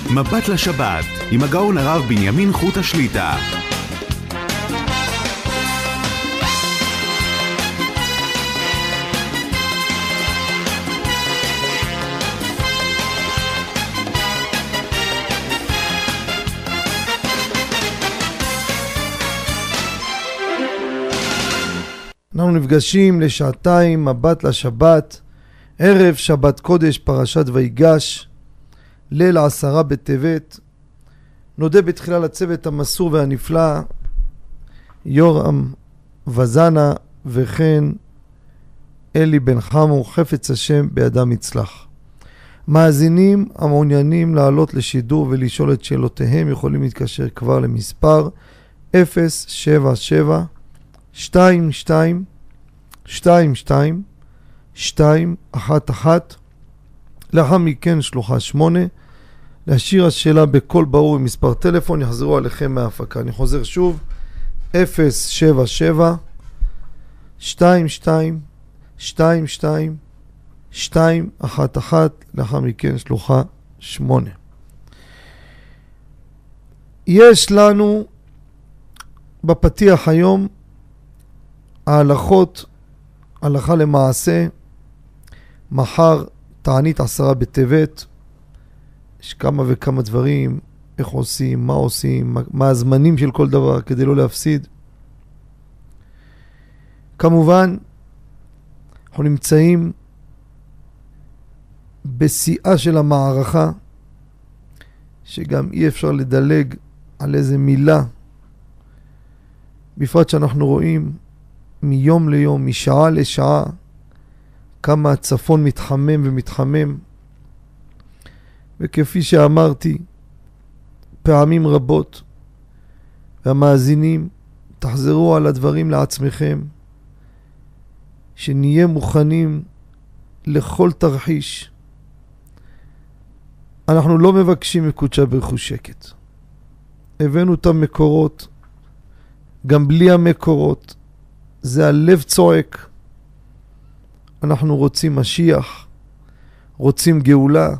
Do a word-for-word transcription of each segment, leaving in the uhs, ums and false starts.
מבט לשבת עם הגאון הרב בנימין חוט השליטה. אנחנו נפגשים לשעתיים מבט לשבת, ערב שבת קודש פרשת ויגש, ליל עשרה בטבת. נודה בתחילה לצוות המסור והנפלא, יורם וזנה וכן אלי בן חמו, חפץ השם בידם יצלח. מאזינים המעוניינים לעלות לשידור ולשאול את שאלותיהם יכולים להתקשר כבר למספר אפס שבע שבע שתיים שתיים שתיים שתיים שתיים אחת אחת, לאחר מכן שלוחה שמונה, להשאיר השאלה בקול ברור עם מספר טלפון, יחזרו עליכם מההפקה. אני חוזר שוב, אפס שבע שבע שתיים שתיים שתיים שתיים שתיים אחת אחת, לאחר מכן שלוחה שמונה. יש לנו בפתיח היום ההלכות, הלכה למעשה, מחר תענית עשרה בטבת. יש כמה וכמה דברים, איך עושים, מה עושים, מה, מה הזמנים של כל דבר כדי לא להפסיד. כמובן, אנחנו נמצאים בשיאה של המערכה, שגם אי אפשר לדלג על איזה מילה, בפרט שאנחנו רואים מיום ליום, משעה לשעה, כמה הצפון מתחמם ומתחמם. וכפי שאמרתי פעמים רבות, והמאזינים, תחזרו על הדברים לעצמכם, שנהיה מוכנים לכל תרחיש. אנחנו לא מבקשים מקודשה ברכו שקט. הבאנו את המקורות, גם בלי המקורות, זה הלב צועק. אנחנו רוצים משיח, רוצים גאולה.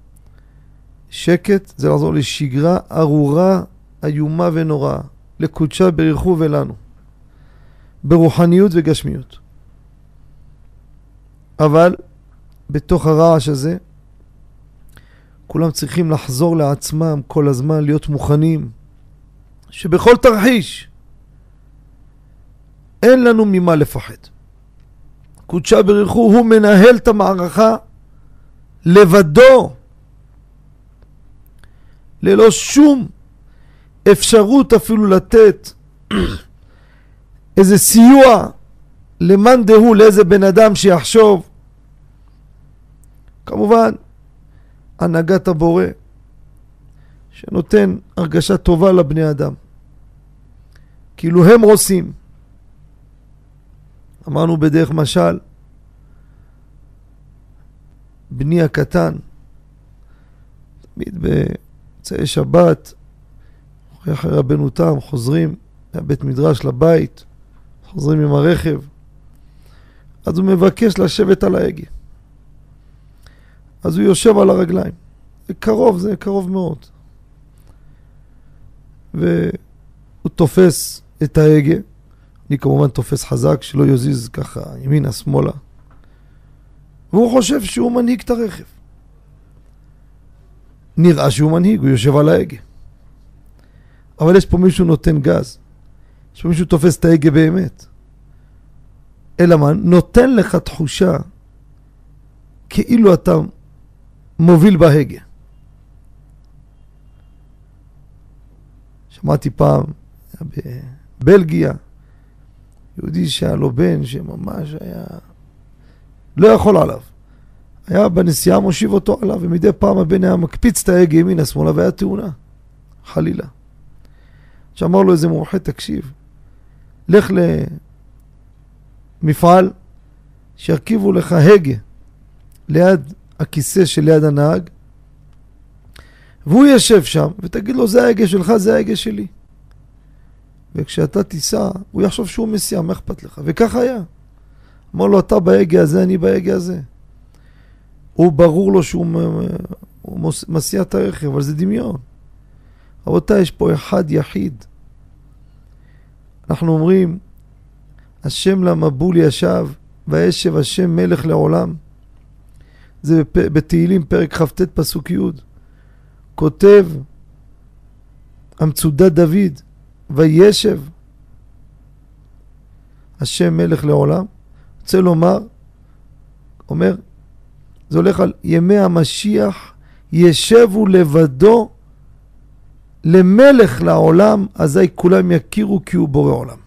שקט זה לחזור לשגרה ארורה, איומה ונוראה, לקודשה ברכו ולנו, ברוחניות וגשמיות. אבל בתוך הרעש הזה, כולם צריכים לחזור לעצמם כל הזמן, להיות מוכנים, שבכל תרחיש אין לנו ממה לפחד. קודשה ברכו הוא מנהל את המערכה לבדו, ללא שום אפשרות אפילו לתת איזה סיוע למאן דהוא, לאיזה בן אדם שיחשוב. כמובן הנהגת הבורא שנותן הרגשה טובה לבני אדם, כאילו הם עושים. אמרנו בדרך משל, בני הקטן תמיד בצאי שבת אחרי אחרי רבנו תם חוזרים מהבית מדרש לבית, חוזרים עם הרכב, אז הוא מבקש לשבת על ההגה, אז הוא יושב על הרגליים. זה קרוב, זה קרוב מאוד, והוא תופס את ההגה. אני כמובן תופס חזק שלא יזיז ככה ימינה שמאלה, והוא חושב שהוא מנהיג את הרכב. נראה שהוא מנהיג, הוא יושב על ההגה, אבל יש פה מישהו נותן גז, יש פה מישהו תופס את ההגה באמת. אלא מה? נותן לך תחושה כאילו אתה מוביל בהגה. שמעתי פעם בבלגיה יהודי שהיה לו בן שממש היה לא יכול עליו, היה בנסיעה מושיב אותו עליו, ומדי פעם הבן היה מקפיץ את ההגה ימינה שמאלה והיה תאונה חלילה. שאמר לו איזה מומחה, תקשיב, לך למפעל שירכיבו לך הגה ליד הכיסא שליד הנהג, והוא ישב שם ותגיד לו, זה ההגה שלך, זה ההגה שלי, וכשאתה תיסע הוא יחשוב שהוא מסיע, מה אכפת לך? וכך היה. אמר לו, אתה בהגה הזה, אני בהגה הזה. הוא ברור לו שהוא הוא מסיע את הרכב, אבל זה דמיון. רבותיי, יש פה אחד יחיד. אנחנו אומרים, השם למבול ישב, וישב השם מלך לעולם. זה בתהילים פרק כ"ט פסוק י'. כותב המצודת דוד, וישב השם מלך לעולם. רוצה לומר, אומר, זה הולך על ימי המשיח, ישבו לבדו למלך לעולם, אזי כולם יכירו כי הוא בורא עולם.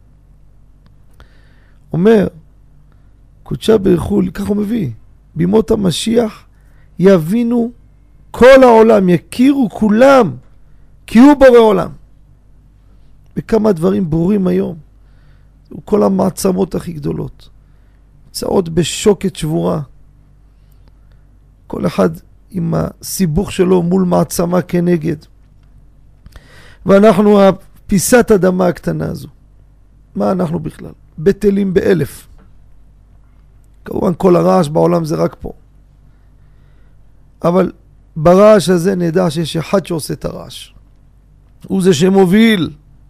אומר, קודשה בריך הוא, כך הוא מביא, בימות המשיח יבינו כל העולם, יכירו כולם כי הוא בורא עולם. וכמה דברים ברורים היום. כל המעצמות הכי גדולות נמצאות בשוקת שבורה. כל אחד עם הסיבוך שלו מול מעצמה כנגד. ואנחנו הפיסת אדמה הקטנה הזו. מה אנחנו בכלל? בטלים באלף. כמובן כל הרעש בעולם זה רק פה. אבל ברעש הזה נדע שיש אחד שעושה את הרעש. הוא זה שמוביל.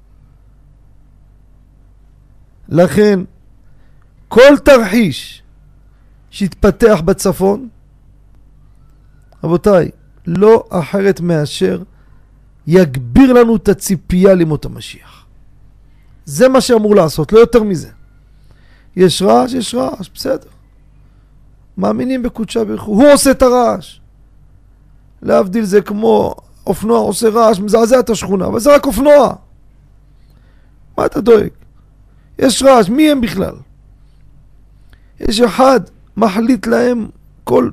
לכן כל תרחיש שהתפתח בצפון, רבותיי, לא אחרת מאשר יגביר לנו את הציפייה למות המשיח. זה מה שאמור לעשות, לא יותר מזה. יש רעש, יש רעש, בסדר. מאמינים בקודשה בריך הוא, הוא עושה את הרעש. להבדיל זה כמו אופנוע עושה רעש, מזעזע את השכונה, אבל זה רק אופנוע. מה אתה דואג? יש רעש, מי הם בכלל? יש אחד מחליט להם כל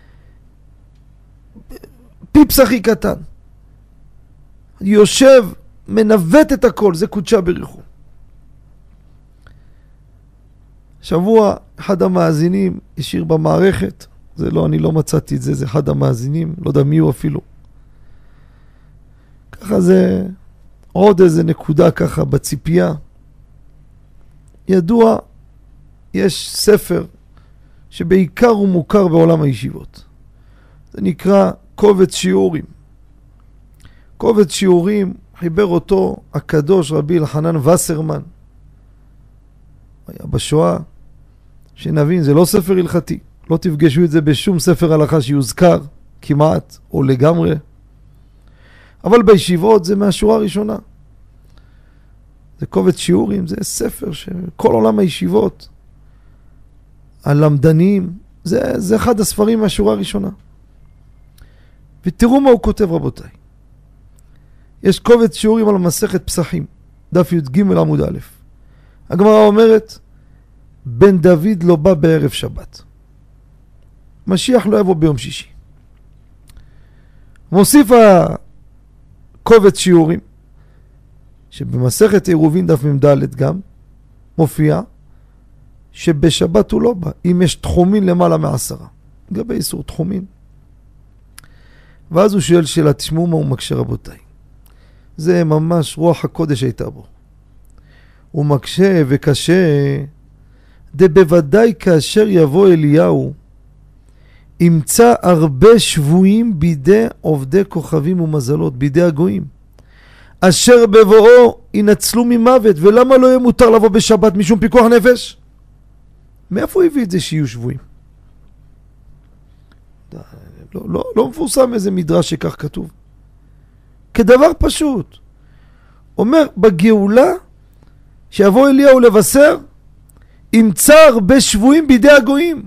פיפס הכי קטן. יושב, מנווט את הכל, זה קודשה בריך הוא. שבוע אחד המאזינים השאיר במערכת, זה לא, אני לא מצאתי את זה, זה אחד המאזינים, לא יודע מי הוא אפילו. ככה זה עוד איזה נקודה ככה בציפייה. ידוע, יש ספר שבעיקר הוא מוכר בעולם הישיבות. זה נקרא קובץ שיעורים. קובץ שיעורים חיבר אותו הקדוש רבי אלחנן וסרמן. היה בשואה, שנבין, זה לא ספר הלכתי. לא תפגשו את זה בשום ספר הלכה שיוזכר, כמעט או לגמרי. אבל בישיבות זה מהשורה הראשונה. זה קובץ שיעורים, זה ספר שכל עולם הישיבות, הלמדנים, זה, זה אחד הספרים מהשורה הראשונה. ותראו מה הוא כותב רבותיי. יש קובץ שיעורים על מסכת פסחים, דף י"ג עמוד א'. הגמרא אומרת, בן דוד לא בא בערב שבת. משיח לא יבוא ביום שישי. מוסיף הקובץ שיעורים, שבמסכת עירובין דף מ"ד גם מופיע שבשבת הוא לא בא, אם יש תחומין למעלה מעשרה. לגבי איסור תחומין. ואז הוא שואל שאלה, תשמעו מה הוא מקשה רבותיי. זה ממש רוח הקודש הייתה בו. הוא מקשה וקשה, דה בוודאי כאשר יבוא אליהו, ימצא הרבה שבויים בידי עובדי כוכבים ומזלות, בידי הגויים. אשר בבואו ינצלו ממוות, ולמה לא יהיה מותר לבוא בשבת משום פיקוח נפש? מאיפה הוא הביא את זה שיהיו שבויים? לא, לא, לא מפורסם איזה מדרש שכך כתוב. כדבר פשוט. אומר, בגאולה, שיבוא אליהו לבשר, ימצא הרבה שבויים בידי הגויים.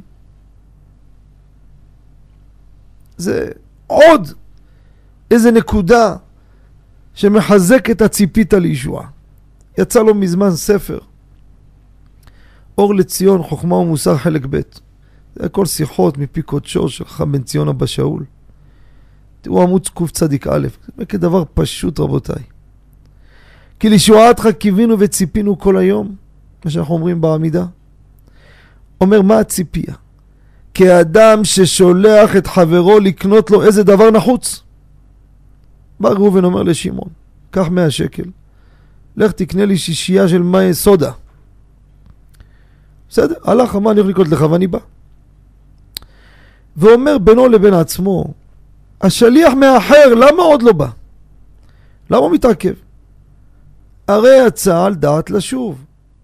זה עוד איזה נקודה שמחזק את הציפית לישועה. יצא לו מזמן ספר, אור לציון, חוכמה ומוסר חלק ב'. זה הכל שיחות מפי קודשו של חכם בן ציון אבא שאול. תראו עמוד קוף צדיק א', זה כדבר פשוט רבותיי. כי לישועתך קיווינו וציפינו כל היום, מה שאנחנו אומרים בעמידה. אומר מה הציפייה? כאדם ששולח את חברו לקנות לו איזה דבר נחוץ. בא ראובן אומר לשמעון, קח מאה שקל, לך תקנה לי שישייה של מי סודה. בסדר? הלך, אמר אני יכול לקנות לך ואני בא. ואומר בינו לבין עצמו, השליח מאחר, למה עוד לא בא? למה הוא מתעכב? הרי יצא על דעת לשוב.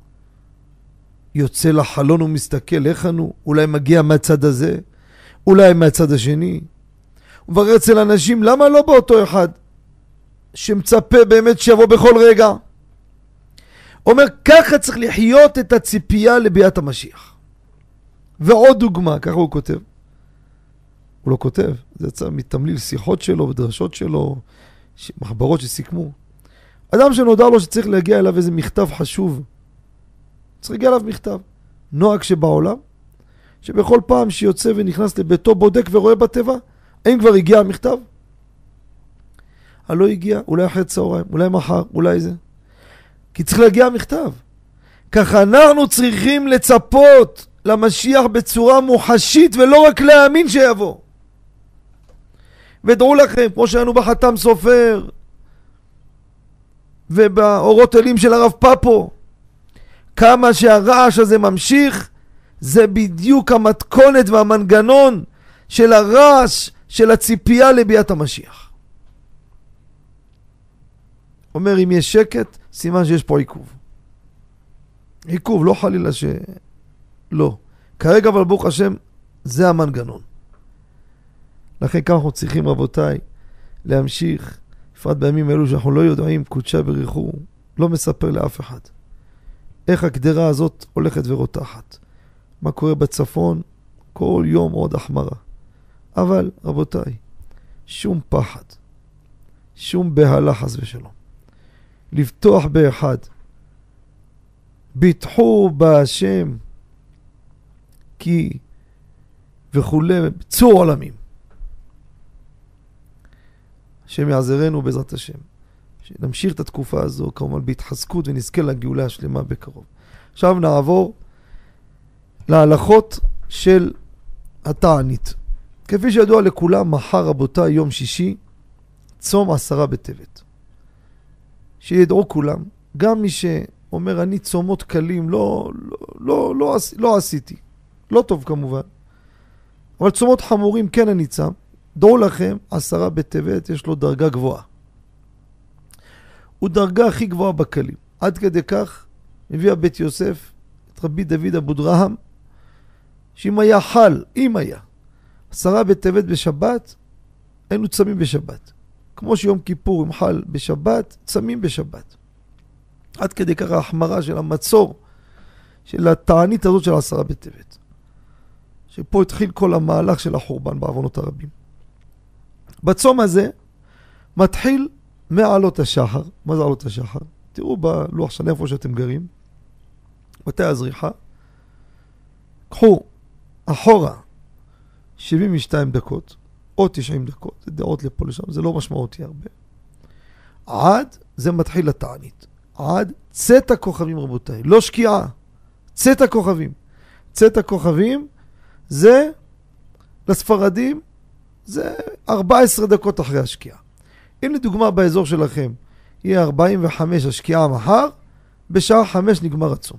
יוצא לחלון ומסתכל, איך אנו? אולי מגיע מהצד הזה, אולי מהצד השני. הוא מברר אצל אנשים, למה לא באותו אחד שמצפה באמת שיבוא בכל רגע? אומר, ככה צריך לחיות את הציפייה לביאת המשיח. ועוד דוגמה, ככה הוא כותב. הוא לא כותב, זה יצא מתמליל שיחות שלו, בדרשות שלו, מחברות שסיכמו. אדם שנודע לו שצריך להגיע אליו איזה מכתב חשוב, צריך להגיע אליו מכתב. נוהג שבעולם, שבכל פעם שיוצא ונכנס לביתו בודק ורואה בטבע, האם כבר הגיע המכתב? הלא הגיע, אולי אחרי צהריים, אולי מחר, אולי זה. כי צריך להגיע המכתב. ככה אנחנו צריכים לצפות למשיח בצורה מוחשית, ולא רק להאמין שיבוא. ודעו לכם, כמו שהיינו בחתם סופר, ובאורות אלים של הרב פאפו, כמה שהרעש הזה ממשיך, זה בדיוק המתכונת והמנגנון של הרעש של הציפייה לביאת המשיח. אומר, אם יש שקט, סימן שיש פה עיכוב. עיכוב, לא חלילה ש... לא. כרגע, אבל ברוך השם, זה המנגנון. לכן כמה אנחנו צריכים, רבותיי, להמשיך, בפרט בימים אלו שאנחנו לא יודעים, קודשה בריחו, לא מספר לאף אחד. איך הקדרה הזאת הולכת ורותחת. מה קורה בצפון? כל יום עוד החמרה. אבל, רבותיי, שום פחד, שום בהלה חס ושלום. לבטוח באחד. ביטחו בהשם, כי וכולי, צור עולמים. השם יעזרנו בעזרת השם. שנמשיך את התקופה הזו, כמובן בהתחזקות ונזכה לגאולה השלמה בקרוב. עכשיו נעבור להלכות של התענית. כפי שידוע לכולם, מחר רבותיי יום שישי, צום עשרה בטבת. שידעו כולם, גם מי שאומר אני צומות קלים, לא, לא, לא, לא, לא עשיתי. לא טוב כמובן. אבל צומות חמורים כן אני צם. דעו לכם, עשרה בטבת יש לו דרגה גבוהה. הוא דרגה הכי גבוהה בקלים. עד כדי כך מביא בית יוסף את רבי דוד אבודרהם, שאם היה חל, אם היה, עשרה בטבת בשבת, היינו צמים בשבת. כמו שיום כיפור עם חל בשבת, צמים בשבת. עד כדי כך ההחמרה של המצור, של התענית הזאת של עשרה בטבת. שפה התחיל כל המהלך של החורבן בעוונות הרבים. בצום הזה מתחיל מעלות השחר. מה זה עלות השחר? תראו בלוח שנה איפה שאתם גרים. מתי הזריחה? קחו אחורה שבעים ושתיים דקות או תשעים דקות. זה דעות לפה לשם, זה לא משמעותי הרבה. עד, זה מתחיל לתענית. עד צאת הכוכבים רבותיי. לא שקיעה. צאת הכוכבים. צאת הכוכבים זה לספרדים זה ארבע עשרה דקות אחרי השקיעה. אם לדוגמה באזור שלכם יהיה ארבעים וחמש השקיעה מחר, בשעה חמש נגמר הצום.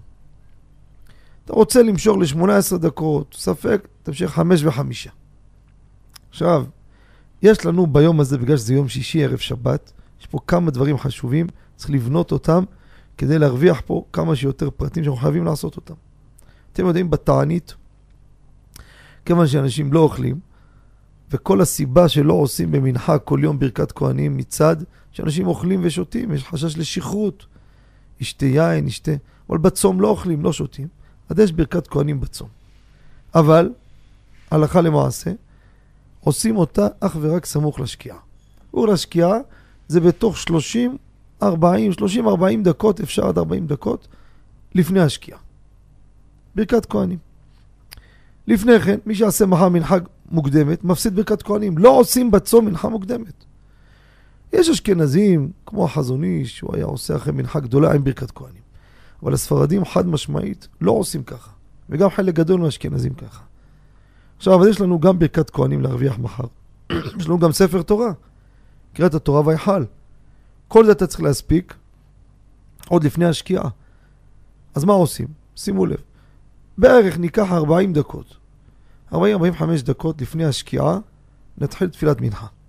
אתה רוצה למשוך ל-שמונה עשרה דקות, ספק, תמשיך חמש וחמישה. עכשיו, יש לנו ביום הזה, בגלל שזה יום שישי ערב שבת, יש פה כמה דברים חשובים, צריך לבנות אותם כדי להרוויח פה כמה שיותר פרטים שאנחנו חייבים לעשות אותם. אתם יודעים, בתענית, כיוון שאנשים לא אוכלים, וכל הסיבה שלא עושים במנחה כל יום ברכת כהנים מצד שאנשים אוכלים ושותים, יש חשש לשכרות, ישתה יין, ישתה, אבל בצום לא אוכלים, לא שותים, עד יש ברכת כהנים בצום. אבל, הלכה למעשה, עושים אותה אך ורק סמוך לשקיעה. ולשקיעה זה בתוך שלושים ארבעים, שלושים ארבעים דקות, אפשר עד ארבעים דקות, לפני השקיעה. ברכת כהנים. לפני כן, מי שעשה מחר מנחה מוקדמת, מפסיד ברכת כהנים. לא עושים בצום מנחה מוקדמת. יש אשכנזים, כמו החזון איש, שהוא היה עושה אחרי מנחה גדולה עם ברכת כהנים. אבל הספרדים חד משמעית לא עושים ככה. וגם חלק גדול מהאשכנזים ככה. עכשיו, אבל יש לנו גם ברכת כהנים להרוויח מחר. יש לנו גם ספר תורה. קריאת התורה והיכל. כל זה אתה צריך להספיק עוד לפני השקיעה. אז מה עושים? שימו לב. בערך ניקח ארבעים דקות. ארבעים עד ארבעים וחמש דקות לפני השקיעה, נתחיל תפילת מנחה.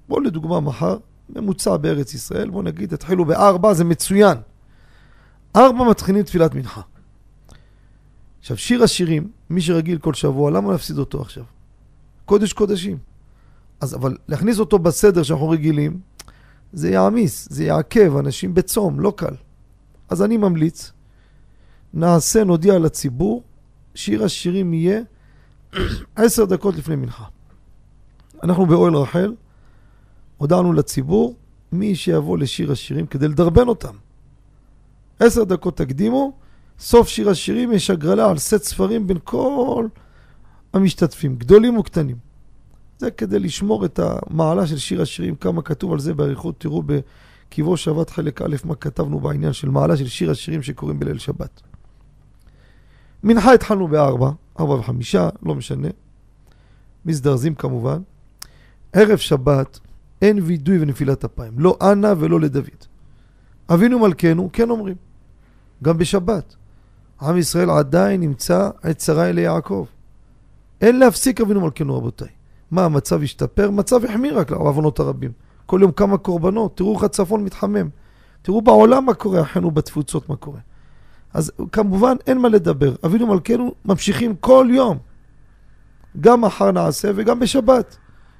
בואו לדוגמה מחר, ממוצע בארץ ישראל, בואו נגיד, תתחילו בארבע, זה מצוין. ארבע מתחילים תפילת מנחה. עכשיו, שיר השירים, מי שרגיל כל שבוע, למה להפסיד אותו עכשיו? קודש קודשים. אז, אבל להכניס אותו בסדר שאנחנו רגילים, זה יעמיס, זה יעכב, אנשים בצום, לא קל. אז אני ממליץ, נעשה, נודיע לציבור, שיר השירים יהיה עשר דקות לפני מנחה. אנחנו באוהל רחל, הודענו לציבור, מי שיבוא לשיר השירים כדי לדרבן אותם. עשר דקות תקדימו, סוף שיר השירים יש הגרלה על סט ספרים בין כל המשתתפים, גדולים וקטנים. זה כדי לשמור את המעלה של שיר השירים, כמה כתוב על זה בעריכות, תראו בקיבו שבת חלק א' מה כתבנו בעניין של מעלה של שיר השירים שקוראים בליל שבת. מנחה התחלנו בארבע, ארבע וחמישה, לא משנה. מזדרזים כמובן. ערב שבת אין וידוי ונפילת אפיים, לא אנה ולא לדוד. אבינו מלכנו, כן אומרים. גם בשבת. עם ישראל עדיין נמצא עת שרה אלי יעקב. אין להפסיק אבינו מלכנו רבותיי. מה, המצב השתפר? מצב החמיר רק לעוונות הרבים. כל יום כמה קורבנות, תראו איך הצפון מתחמם. תראו בעולם מה קורה, אחינו בתפוצות מה קורה. אז כמובן אין מה לדבר. אבינו מלכנו ממשיכים כל יום. גם מחר נעשה וגם בשבת.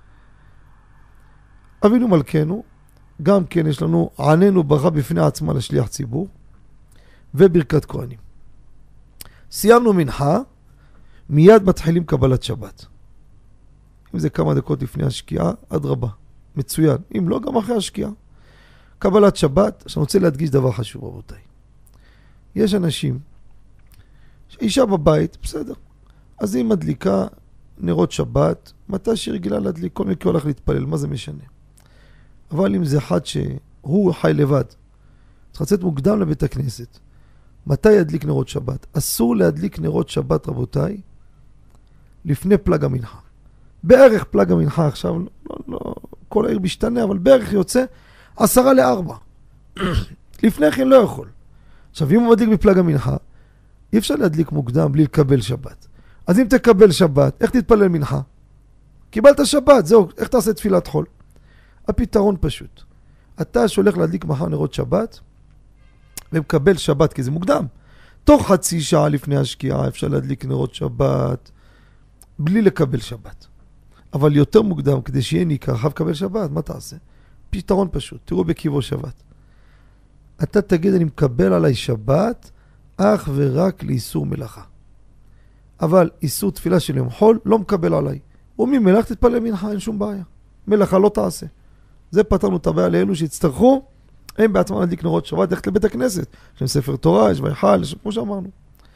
אבינו מלכנו, גם כן יש לנו עננו ברכה בפני עצמה לשליח ציבור, וברכת כהנים. סיימנו מנחה, מיד מתחילים קבלת שבת. אם זה כמה דקות לפני השקיעה, עד רבה. מצוין. אם לא, גם אחרי השקיעה. קבלת שבת, שאני רוצה להדגיש דבר חשוב, רבותיי. יש אנשים, אישה בבית, בסדר. אז היא מדליקה נרות שבת, מתי שהיא רגילה להדליק, כל מקרה הולך להתפלל, מה זה משנה? אבל אם זה אחד שהוא חי לבד, צריך לצאת מוקדם לבית הכנסת. מתי ידליק נרות שבת? אסור להדליק נרות שבת, רבותיי, לפני פלג המנחה. בערך פלג המנחה עכשיו, לא, לא, כל העיר משתנה, אבל בערך יוצא עשרה לארבע. לפני כן לא יכול. עכשיו, אם הוא מדליק בפלג המנחה, אי אפשר להדליק מוקדם בלי לקבל שבת. אז אם תקבל שבת, איך תתפלל מנחה? קיבלת שבת, זהו, איך תעשה תפילת חול? הפתרון פשוט. אתה שהולך להדליק מחר נרות שבת, ומקבל שבת, כי זה מוקדם. תוך חצי שעה לפני השקיעה אפשר להדליק נרות שבת, בלי לקבל שבת. אבל יותר מוקדם, כדי שיהיה ניקר, חייב לקבל שבת, מה תעשה? פתרון פשוט, תראו בקיבו שבת. אתה תגיד, אני מקבל עליי שבת, אך ורק לאיסור מלאכה. אבל איסור תפילה של יום חול לא מקבל עליי. וממלאך תתפלל מנחה, אין שום בעיה. מלאכה לא תעשה. זה פתרנו את הבעיה לאלו שיצטרכו, הם בעצמם להדליק נרות שבת, ללכת לבית הכנסת. יש להם ספר תורה, יש ויחל, כמו שאמרנו.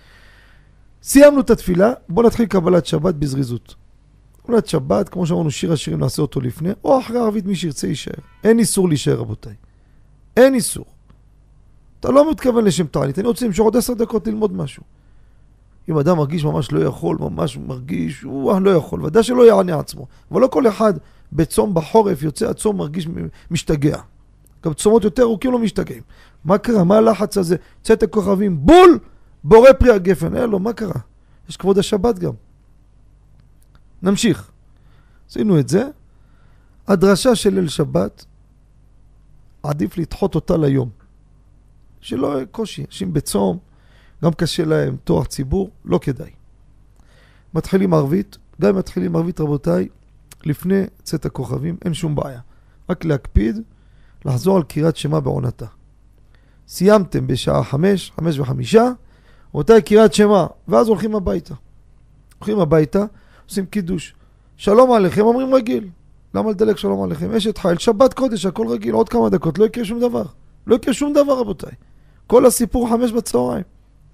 סיימנו את התפילה, בואו נתחיל קבלת שבת בזריזות. קבלת שבת, כמו שאמרנו, שיר השירים נעשה אותו לפני, או אחרי ערבית מי שירצה יישאר. אין איסור להישאר, רבותיי. אין איסור. אתה לא מתכוון לשם תענית, אני רוצה למשוך עוד עשר דקות ללמוד משהו. אם אדם מרגיש ממש לא יכול, ממש מרגיש, הוא לא יכול, ודאי שלא יענה עצמו. אבל לא כל אחד בצום בחורף יוצא הצום מרגיש משתגע. גם צומות יותר ארוכים לא משתגעים. מה קרה? מה הלחץ הזה? צאת הכוכבים, בול! בורא פרי הגפן. אה, לא, מה קרה? יש כבוד השבת גם. נמשיך. עשינו את זה. הדרשה של ליל שבת, עדיף לדחות אותה ליום. שלא יהיה קושי. אנשים בצום, גם קשה להם תואר ציבור, לא כדאי. מתחילים ערבית, גם אם מתחילים ערבית, רבותיי, לפני צאת הכוכבים, אין שום בעיה. רק להקפיד, לחזור על קריאת שמה בעונתה. סיימתם בשעה חמש, חמש וחמישה, רבותיי קריאת שמה, ואז הולכים הביתה. הולכים הביתה, עושים קידוש. שלום עליכם, אומרים רגיל. למה לדלק שלום עליכם? אשת חיל, שבת קודש, הכל רגיל, עוד כמה דקות, לא יקרה שום דבר. לא יקרה שום דבר, רבותיי. כל הסיפור חמש בצהריים.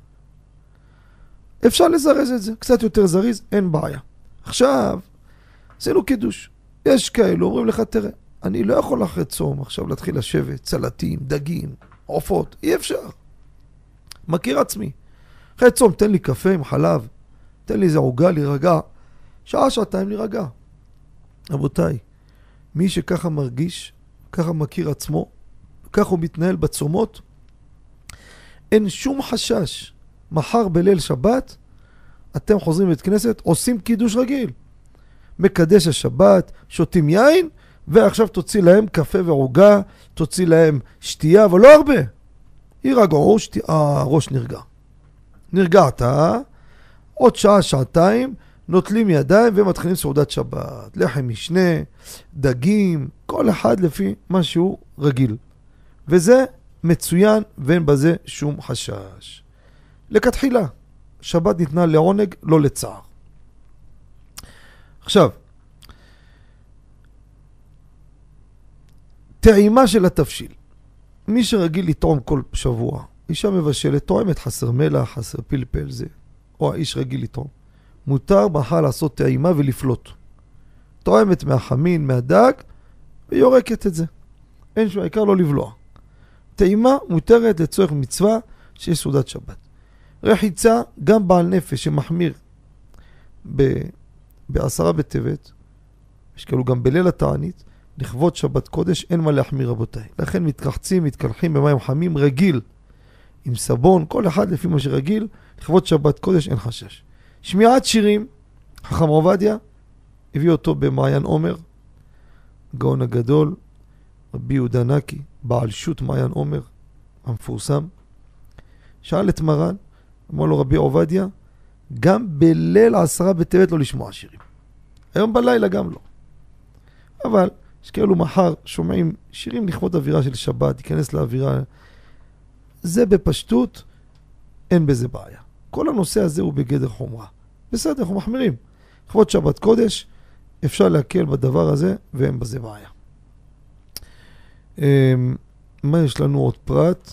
אפשר לזרז את זה, קצת יותר זריז, אין בעיה. עכשיו, עשינו קידוש. יש כאלו, אומרים לך, תראה, אני לא יכול אחרי צום עכשיו להתחיל לשבת, צלטים, דגים, עופות, אי אפשר. מכיר עצמי. אחרי צום, תן לי קפה עם חלב, תן לי איזה עוגה להירגע, שעה, שעתיים להירגע. רבותיי, מי שככה מרגיש, ככה מכיר עצמו, ככה הוא מתנהל בצומות, אין שום חשש. מחר בליל שבת, אתם חוזרים לבית כנסת, עושים קידוש רגיל. מקדש השבת, שותים יין, ועכשיו תוציא להם קפה ועוגה, תוציא להם שתייה, אבל לא הרבה. יירגעו, שתי... הראש נרגע. נרגעת, עוד שעה, שעתיים, נוטלים ידיים ומתחילים סעודת שבת. לחם משנה, דגים, כל אחד לפי מה שהוא רגיל. וזה מצוין ואין בזה שום חשש. לכתחילה, שבת ניתנה לעונג, לא לצער. עכשיו, טעימה של התבשיל. מי שרגיל לטעום כל שבוע, אישה מבשלת, טועמת, חסר מלח, חסר פלפל, זה, או האיש רגיל לטעום. מותר מחר לעשות טעימה ולפלוט. טועמת מהחמין, מהדג, ויורקת את זה. אין שום, העיקר לא לבלוע. טעימה מותרת לצורך מצווה שיש סעודת שבת. רחיצה, גם בעל נפש שמחמיר ב... בעשרה בטבת, יש כאלו גם בליל התענית, לכבוד שבת קודש, אין מה להחמיר רבותיי. לכן מתרחצים, מתקלחים במים חמים, רגיל, עם סבון, כל אחד לפי מה שרגיל, לכבוד שבת קודש אין חשש. שמיעת שירים, חכם עובדיה, הביא אותו במעיין עומר, גאון הגדול, רבי יהודה נקי, בעל שו"ת מעיין עומר, המפורסם, שאל את מרן, אמר לו רבי עובדיה, גם בליל עשרה בטבת לא לשמוע שירים. היום בלילה גם לא. אבל יש כאלו מחר שומעים שירים לכבוד אווירה של שבת, ייכנס לאווירה. זה בפשטות, אין בזה בעיה. כל הנושא הזה הוא בגדר חומרה. בסדר, אנחנו מחמירים. לכבוד שבת קודש, אפשר להקל בדבר הזה, ואין בזה בעיה. מה יש לנו עוד פרט?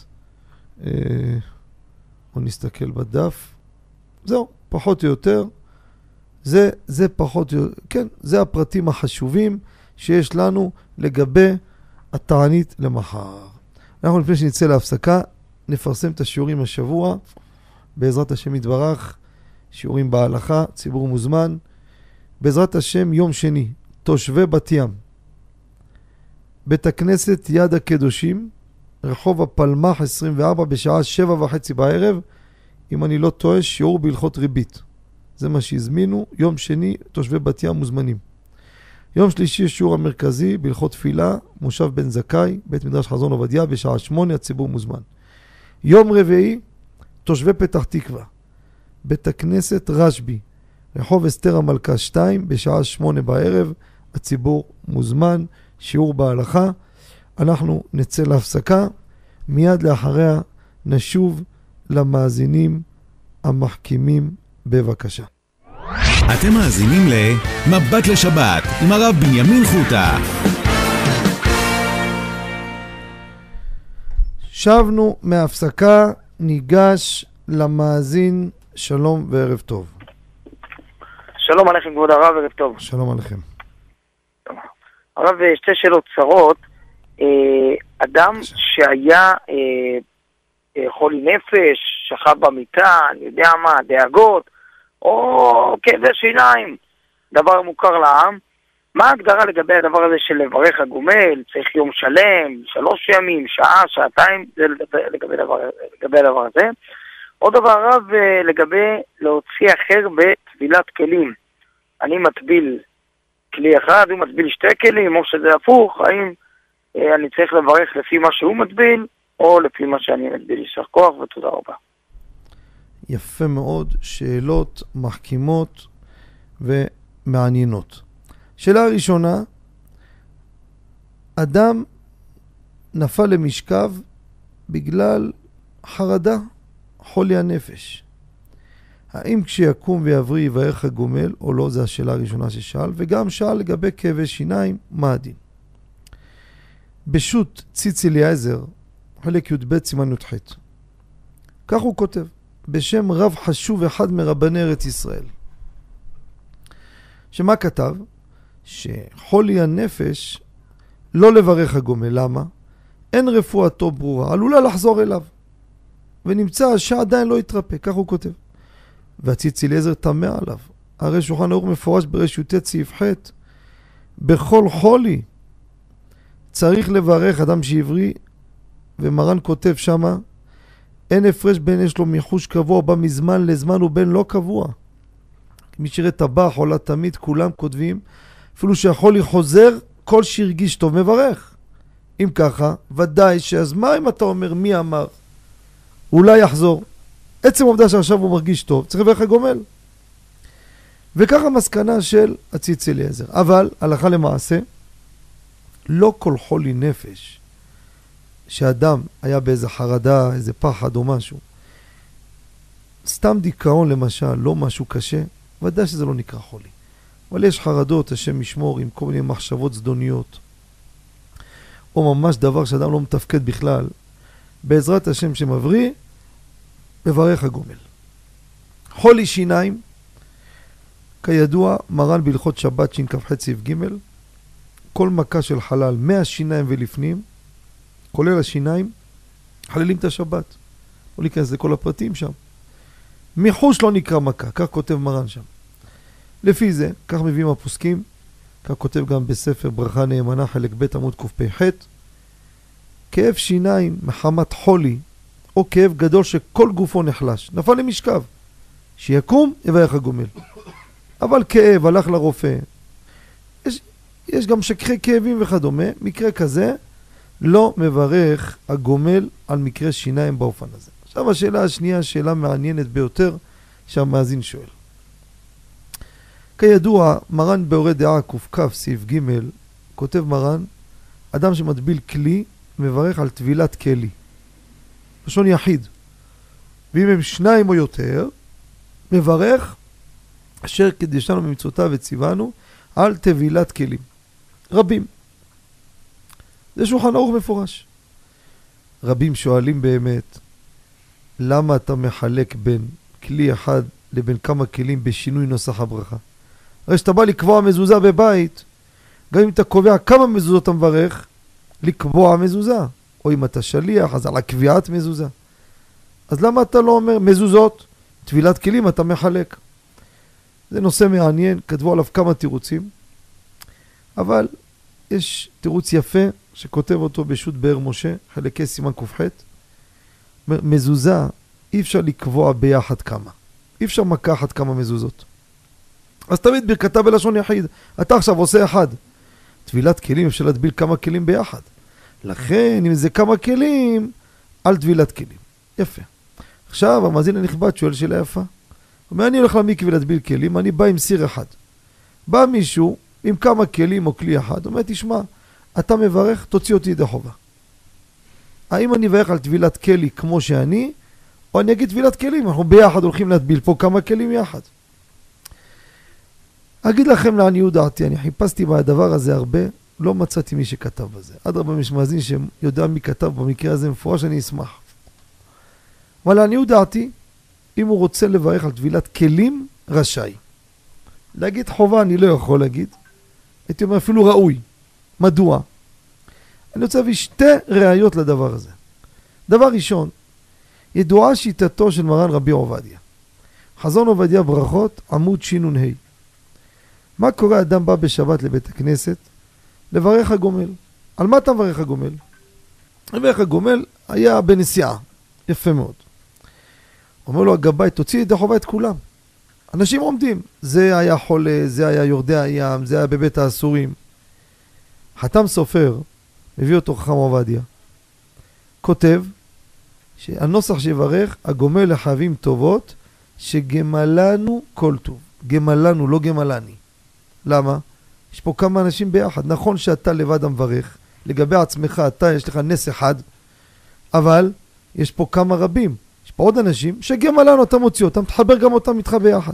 בוא נסתכל בדף. זהו, פחות או יותר. זה, זה פחות או יותר, כן, זה הפרטים החשובים שיש לנו לגבי התענית למחר. אנחנו לפני שנצא להפסקה, נפרסם את השיעורים השבוע, בעזרת השם יתברך, שיעורים בהלכה, ציבור מוזמן. בעזרת השם יום שני, תושבי בת ים, בית הכנסת יד הקדושים, רחוב הפלמח עשרים וארבע בשעה שבע וחצי בערב, אם אני לא טועה, שיעור בהלכות ריבית. זה מה שהזמינו, יום שני, תושבי בת ים מוזמנים. יום שלישי, שיעור המרכזי, בהלכות תפילה, מושב בן זכאי, בית מדרש חזון עובדיה, בשעה שמונה, הציבור מוזמן. יום רביעי, תושבי פתח תקווה, בית הכנסת רשבי, רחוב אסתר המלכה שתיים, בשעה שמונה בערב, הציבור מוזמן, שיעור בהלכה. אנחנו נצא להפסקה, מיד לאחריה נשוב למאזינים המחכימים בבקשה. אתם מאזינים למבט לשבת עם הרב בנימין חוטה. שבנו מהפסקה, ניגש למאזין. שלום וערב טוב. שלום עליכם כבוד הרב, ערב טוב. שלום עליכם. הרב, שתי שאלות קצרות. אדם שהיה חולי נפש, שכב במיטה, אני יודע מה, דאגות, או כאבי שיניים, דבר מוכר לעם, מה ההגדרה לגבי הדבר הזה של לברך הגומל? צריך יום שלם, שלוש ימים, שעה, שעתיים, זה לגבי דבר, לגבי הדבר הזה. עוד דבר רב, לגבי להוציא אחר בטבילת כלים. אני מטביל כלי אחד, הוא מטביל שתי כלים, או שזה הפוך, האם אני צריך לברך לפי מה שהוא מטביל, או לפי מה שאני מטביל. יישר כוח ותודה רבה. יפה מאוד, שאלות מחכימות ומעניינות. שאלה ראשונה, אדם נפל למשכב בגלל חרדה, חולי הנפש. האם כשיקום ויבריא יברך הגומל או לא? זו השאלה הראשונה ששאל, וגם שאל לגבי כאבי שיניים, מה הדין? בשו"ת ציץ אליעזר, חלק י"ב סימן י"ח. כך הוא כותב, בשם רב חשוב אחד מרבני ארץ ישראל. שמה כתב? שחולי הנפש לא לברך הגומל. למה? אין רפואתו ברורה, עלולה לחזור אליו. ונמצא שעדיין לא יתרפא, כך הוא כותב. והציץ אליעזר תמה עליו. הרי שולחן ערוך מפורש ברש י"ט סעיף ח', בכל חולי צריך לברך אדם שעברי, ומרן כותב שמה, אין הפרש בין יש לו מיחוש קבוע, בא מזמן לזמן ובין לא קבוע. מי שירת טבח, חולה תמיד, כולם כותבים, אפילו שהחולי חוזר, כל שהרגיש טוב מברך. אם ככה, ודאי שאז מה אם אתה אומר מי אמר? אולי יחזור. עצם העובדה שעכשיו הוא מרגיש טוב, צריך לברך הגומל. וככה מסקנה של הציץ אליעזר. אבל, הלכה למעשה, לא כל חולי נפש, שאדם היה באיזה חרדה, איזה פחד או משהו, סתם דיכאון למשל, לא משהו קשה, ודאי שזה לא נקרא חולי. אבל יש חרדות, השם ישמור, עם כל מיני מחשבות זדוניות, או ממש דבר שאדם לא מתפקד בכלל, בעזרת השם שמבריא, מברך הגומל. חולי שיניים, כידוע, מרן בהלכות שבת שכ"ח סעיף ג', כל מכה של חלל מהשיניים ולפנים, כולל השיניים, חללים את השבת. לא ניכנס לכל הפרטים שם. מחוש לא נקרא מכה, כך כותב מרן שם. לפי זה, כך מביאים הפוסקים, כך כותב גם בספר ברכה נאמנה חלק ב' עמוד קפ"ח, כאב שיניים מחמת חולי, או כאב גדול שכל גופו נחלש, נפל למשכב, שיקום יברך הגומל. אבל כאב הלך לרופא, יש, יש גם שקחי כאבים וכדומה, מקרה כזה לא מברך הגומל על מקרה שיניים באופן הזה. עכשיו השאלה השנייה, שאלה מעניינת ביותר שהמאזין שואל. כידוע, מרן באורי דעה ק"כ סעיף ג' כותב מרן, אדם שמטביל כלי מברך על טבילת כלי. לשון יחיד. ואם הם שניים או יותר, מברך אשר קדשנו במצוותיו וציוונו על טבילת כלים. רבים. זה שולחן ערוך מפורש. רבים שואלים באמת, למה אתה מחלק בין כלי אחד לבין כמה כלים בשינוי נוסח הברכה? הרי שאתה בא לקבוע מזוזה בבית, גם אם אתה קובע כמה מזוזות אתה מברך, לקבוע מזוזה. או אם אתה שליח, אז על הקביעת מזוזה. אז למה אתה לא אומר מזוזות? טבילת כלים אתה מחלק. זה נושא מעניין, כתבו עליו כמה תירוצים, אבל יש תירוץ יפה שכותב אותו בשו"ת באר משה, חלקי סימן ק"ח. מזוזה אי אפשר לקבוע ביחד כמה. אי אפשר מקחת כמה מזוזות. אז תמיד ברכתה בלשון יחיד. אתה עכשיו עושה אחד. טבילת כלים אפשר להטביל כמה כלים ביחד. לכן אם זה כמה כלים, על טבילת כלים. יפה. עכשיו המאזין הנכבד שואל שאלה יפה. הוא אומר, אני הולך למקווה להטביל כלים, אני בא עם סיר אחד. בא מישהו עם כמה כלים או כלי אחד, הוא אומר, תשמע, אתה מברך, תוציא אותי ידי חובה. האם אני מברך על טבילת כלי כמו שאני, או אני אגיד טבילת כלים, אנחנו ביחד הולכים להטביל פה כמה כלים יחד. אגיד לכם לעניות דעתי, אני חיפשתי בדבר הזה הרבה, לא מצאתי מי שכתב בזה. עד רבה יש מאזין שיודע מי כתב במקרה הזה מפורש, אני אשמח. אבל לעניות דעתי, אם הוא רוצה לברך על טבילת כלים, רשאי. להגיד חובה אני לא יכול להגיד. הייתי אומר אפילו ראוי. מדוע? אני רוצה להביא שתי ראיות לדבר הזה. דבר ראשון, ידועה שיטתו של מרן רבי עובדיה. חזון עובדיה ברכות, עמוד שינון ה'. מה קורה אדם בא בשבת לבית הכנסת? לברך הגומל. על מה אתה מברך הגומל? לברך הגומל היה בנסיעה. יפה מאוד. אומר לו הגבאי, תוציא ידי חובה את כולם. אנשים עומדים. זה היה חולה, זה היה יורדי הים, זה היה בבית האסורים. חתם סופר, מביא אותו חכם עובדיה, כותב שהנוסח שיברך, הגומל לחייבים טובות, שגמלנו כל טוב. גמלנו, לא גמלני. למה? יש פה כמה אנשים ביחד. נכון שאתה לבד המברך, לגבי עצמך אתה יש לך נס אחד, אבל יש פה כמה רבים. יש פה עוד אנשים שגמלנו אתה מוציא אותם, תחבר גם אותם איתך ביחד.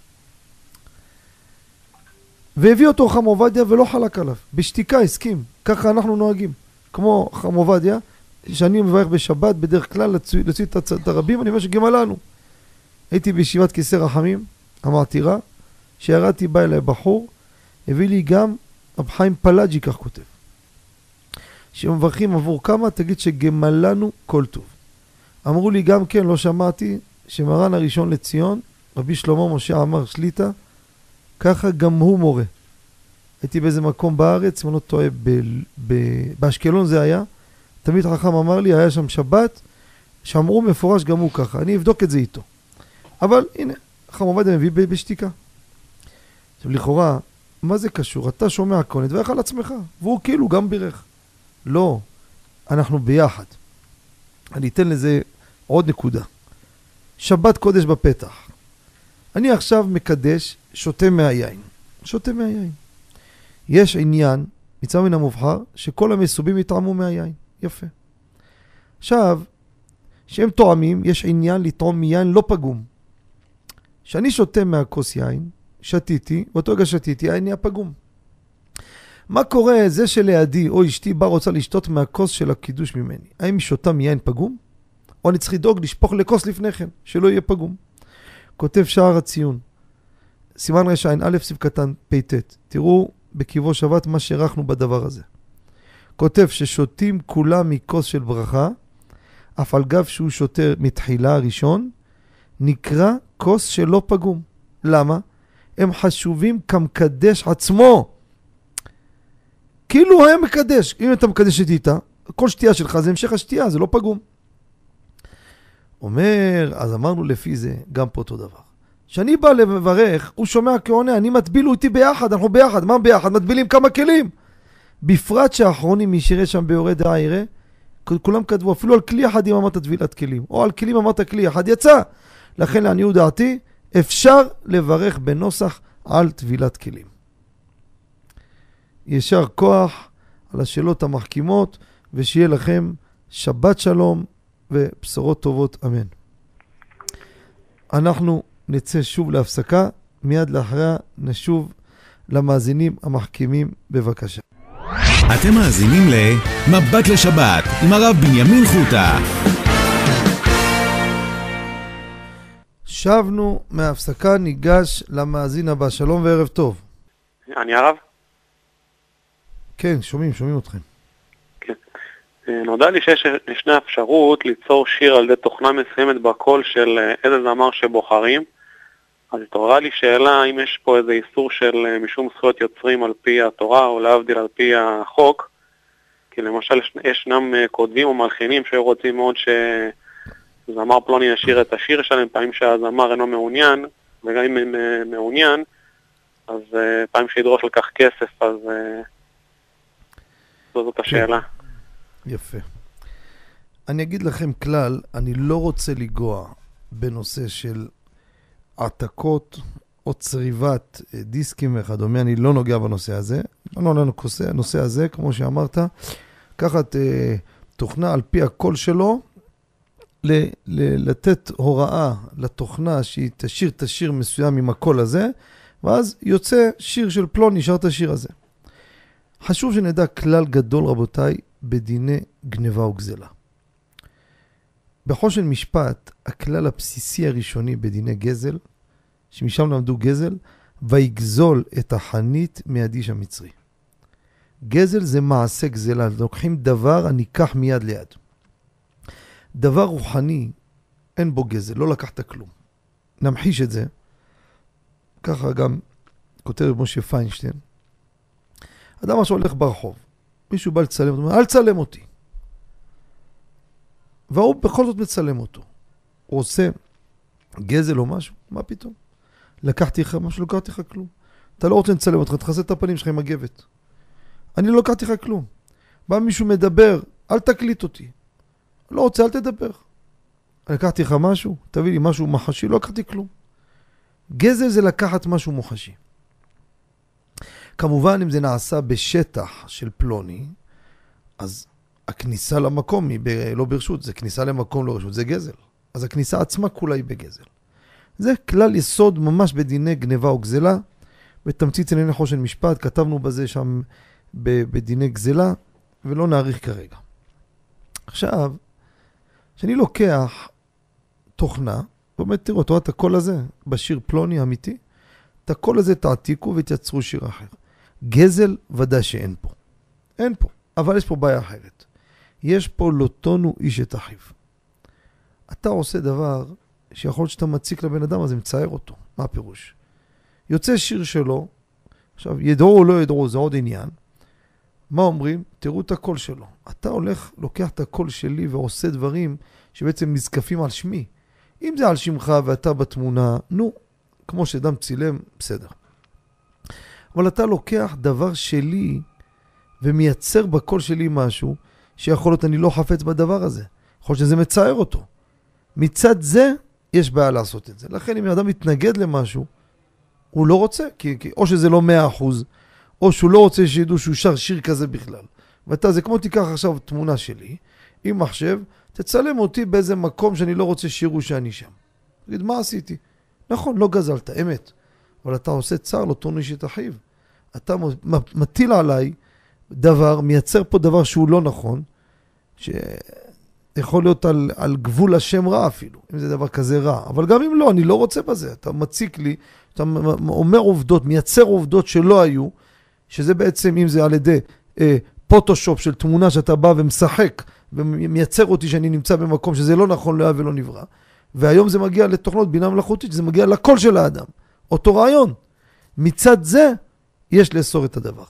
והביא אותו חכם עובדיה ולא חלק עליו. בשתיקה הסכים. ככה אנחנו נוהגים. כמו חכם עובדיה, שאני מברך בשבת בדרך כלל להוציא את הרבים, אני אומר שגמלנו. הייתי בישיבת כיסא רחמים, המעתירה, שירדתי בא אליי בחור, הביא לי גם רב חיים פלאג'י, כך כותב. שמברכים עבור כמה, תגיד שגמלנו כל טוב. אמרו לי גם כן, לא שמעתי, שמרן הראשון לציון, רבי שלמה משה עמר שליטה, ככה גם הוא מורה. הייתי באיזה מקום בארץ, אם אני לא טועה, ב- ב- באשקלון זה היה, תמיד חכם אמר לי, היה שם שבת, שאמרו מפורש גם הוא ככה, אני אבדוק את זה איתו. אבל הנה, חכם עובדיה מביא בשתיקה. עכשיו לכאורה, מה זה קשור? אתה שומע הכל, נדברך על עצמך, והוא כאילו גם בירך. לא, אנחנו ביחד. אני אתן לזה עוד נקודה. שבת קודש בפתח. אני עכשיו מקדש, שותה מהיין. שותה מהיין. יש עניין, מצווה מן המובחר, שכל המסובים יטעמו מהיין. יפה. עכשיו, שהם טועמים, יש עניין לטעום מיין לא פגום. כשאני שותה מהכוס יין, שתיתי, ואותו רגע שתיתי, היין נהיה פגום. מה קורה זה שלידי או אשתי בא רוצה לשתות מהכוס של הקידוש ממני? האם היא שותה מיין פגום? או אני צריך לדאוג לשפוך לכוס לפני כן, שלא יהיה פגום. כותב שער הציון, סימן רשעין א' סעיף קטן פ"ט. תראו בקיבו שבת מה שערכנו בדבר הזה. כותב ששותים כולם מכוס של ברכה, אף על גב שהוא שותה מתחילה הראשון, נקרא כוס שלא פגום. למה? הם חשובים כמקדש עצמו. כאילו היה מקדש. אם אתה מקדש את איתה, כל שתייה שלך זה המשך השתייה, זה לא פגום. אומר, אז אמרנו לפי זה, גם פה אותו דבר. כשאני בא לברך, הוא שומע כעונה, אני מטבילו איתי ביחד, אנחנו ביחד, מה ביחד? מטבילים כמה כלים. בפרט שהאחרונים מי שיראה שם ביורד העירה, כולם כתבו, אפילו על כלי אחד אם אמרת טבילת כלים, או על כלים אמרת כלי אחד, יצא. לכן לעניות דעתי, אפשר לברך בנוסח על טבילת כלים. ישר כוח על השאלות המחכימות, ושיהיה לכם שבת שלום ובשורות טובות, אמן. אנחנו נצא שוב להפסקה, מיד לאחריה נשוב למאזינים המחכימים, בבקשה. אתם מאזינים למבט לשבת עם הרב בנימין חוטה. שבנו מההפסקה, ניגש למאזין הבא. שלום וערב טוב. אני הרב? כן, שומעים, שומעים אתכם. כן. נודע לי שיש ישנה אפשרות ליצור שיר על ידי תוכנה מסוימת בקול של איזה זמר שבוחרים. אז התעוררה לי שאלה האם יש פה איזה איסור של משום זכויות יוצרים על פי התורה או להבדיל על פי החוק. כי למשל ישנם כותבים או מלחינים שהיו רוצים מאוד שזמר פלוני ישיר את השיר שלהם, פעמים שהזמר אינו מעוניין, וגם אם מעוניין, אז פעמים שידרוש לכך כסף, אז זאת השאלה. יפה. אני אגיד לכם כלל, אני לא רוצה לגוע בנושא של עתקות או צריבת דיסקים וכדומה, אני לא נוגע בנושא הזה. לא נוגע בנושא הזה, כמו שאמרת, לקחת אה, תוכנה על פי הקול שלו, ל- ל- לתת הוראה לתוכנה שהיא תשיר את השיר מסוים עם הקול הזה, ואז יוצא שיר של פלוני, שר את השיר הזה. חשוב שנדע כלל גדול, רבותיי, בדיני גניבה וגזלה. בחושן משפט, הכלל הבסיסי הראשוני בדיני גזל, שמשם למדו גזל, ויגזול את החנית מהדיש המצרי. גזל זה מעשה גזלה, לוקחים דבר הניקח מיד ליד. דבר רוחני, אין בו גזל, לא לקחת כלום. נמחיש את זה, ככה גם כותב משה פיינשטיין, אדם שהולך ברחוב, מישהו בא לצלם אותו, אומר, אל צלם אותי. והוא בכל זאת מצלם אותו. הוא עושה גזל או משהו, מה פתאום? לקחתי לך משהו, לא לקחתי לך כלום. אתה לא רוצה לצלם אותך, תחסה את הפנים שלך עם הגבת. אני לא לקחתי לך כלום. בא מישהו מדבר, אל תקליט אותי. לא רוצה, אל תדבר. לקחתי לך משהו, תביא לי משהו מוחשי, לא לקחתי כלום. גזל זה לקחת משהו מוחשי. כמובן, אם זה נעשה בשטח של פלוני, אז הכניסה למקום היא ב- לא ברשות, זה כניסה למקום לא רשות, זה גזל. אז הכניסה עצמה כולה היא בגזל. זה כלל יסוד ממש בדיני גניבה או גזלה. בתמצית ענייני חושן משפט, כתבנו בזה שם בדיני גזלה, ולא נאריך כרגע. עכשיו, כשאני לוקח תוכנה, ואומר, תראו, תראו את הקול הזה, בשיר פלוני אמיתי, את הקול הזה תעתיקו ותייצרו שיר אחר. גזל ודאי שאין פה. אין פה. אבל יש פה בעיה אחרת. יש פה לא תונו איש את אחיו. אתה עושה דבר שיכול להיות שאתה מציק לבן אדם, אז זה מצער אותו. מה הפירוש? יוצא שיר שלו, עכשיו ידעו או לא ידעו, זה עוד עניין. מה אומרים? תראו את הקול שלו. אתה הולך, לוקח את הקול שלי ועושה דברים שבעצם נזקפים על שמי. אם זה על שמך ואתה בתמונה, נו, כמו שאדם צילם, בסדר. אבל אתה לוקח דבר שלי ומייצר בקול שלי משהו שיכול להיות אני לא חפץ בדבר הזה. יכול להיות שזה מצער אותו. מצד זה יש בעיה לעשות את זה. לכן אם האדם מתנגד למשהו, הוא לא רוצה, כי, כי או שזה לא מאה אחוז, או שהוא לא רוצה שידעו שהוא שר שיר כזה בכלל. ואתה, זה כמו תיקח עכשיו תמונה שלי, עם מחשב, תצלם אותי באיזה מקום שאני לא רוצה שירו שאני שם. תגיד, מה עשיתי? נכון, לא גזלת, אמת. אבל אתה עושה צער לא תוניש את אחיו. אתה מטיל עליי דבר, מייצר פה דבר שהוא לא נכון, שיכול להיות על, על גבול השם רע אפילו, אם זה דבר כזה רע. אבל גם אם לא, אני לא רוצה בזה. אתה מציק לי, אתה אומר עובדות, מייצר עובדות שלא היו, שזה בעצם, אם זה על ידי אה, פוטושופ של תמונה שאתה בא ומשחק, ומייצר אותי שאני נמצא במקום שזה לא נכון, לא היה ולא נברא. והיום זה מגיע לתוכנות בינה מלאכותית, שזה מגיע לקול של האדם. אותו רעיון. מצד זה, יש לאסור את הדבר.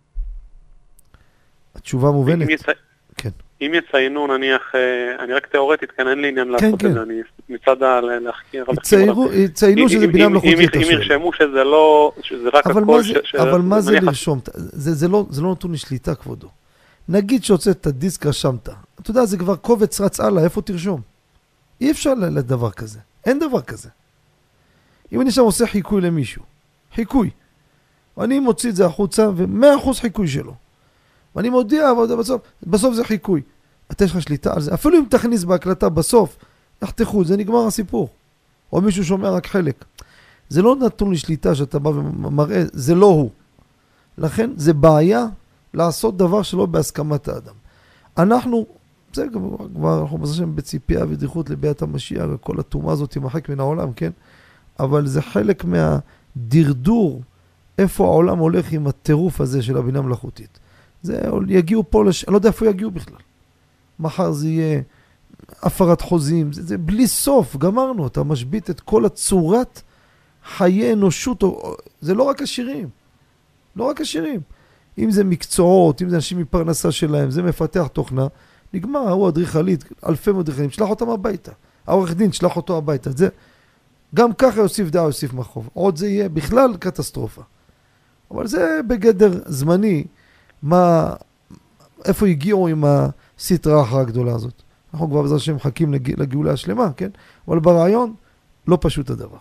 התשובה מובנת. אם, יצ... כן. אם יציינו, נניח, אני רק תיאורטית, כאן אין לי עניין כן, לעשות כן. את זה, אני מצד להחקיר. יציינו, יציינו שזה בינה מלאכותית. אם ירשמו שזה לא, שזה רק הכל... זה, ש... אבל מה זה לרשום? זה, זה, לא, זה לא נתון לשליטה, כבודו. נגיד שהוצאת את הדיסק, רשמת. אתה יודע, זה כבר קובץ רץ הלאה, איפה תרשום? אי אפשר לדבר כזה. אין דבר כזה. אם אני שם עושה חיקוי למישהו, חיקוי, ואני מוציא את זה החוצה, ומאה אחוז חיקוי שלו. ואני מודיע, אבל בסוף, בסוף זה חיקוי. אתה יש לך שליטה על זה. אפילו אם תכניס בהקלטה בסוף, יחתכו, זה נגמר הסיפור. או מישהו שומע רק חלק. זה לא נתון לשליטה שאתה בא ומראה, זה לא הוא. לכן, זה בעיה לעשות דבר שלא בהסכמת האדם. אנחנו, זה כבר, אנחנו מסכים בציפייה ודריכות לביאת המשיח, וכל התאומה הזאת תמחק מן העולם, כן? אבל זה חלק מהדרדור, איפה העולם הולך עם הטירוף הזה של הבינה מלאכותית. זה יגיעו פה, לש... אני לא יודע איפה יגיעו בכלל. מחר זה יהיה הפרת חוזים, זה, זה בלי סוף, גמרנו, אתה משבית את כל הצורת חיי אנושות, זה לא רק השירים, לא רק השירים. אם זה מקצועות, אם זה אנשים מפרנסה שלהם, זה מפתח תוכנה, נגמר, הוא אדריכלית, אלפי מדריכלים, שלח אותם הביתה. העורך דין, שלח אותו הביתה. זה, גם ככה יוסיף דעה, יוסיף מחוב. עוד זה יהיה בכלל קטסטרופה. אבל זה בגדר זמני, מה, איפה הגיעו עם הסטרה אחר הגדולה הזאת. אנחנו כבר בעזרת השם מחכים לגאולה השלמה, כן? אבל ברעיון, לא פשוט הדבר.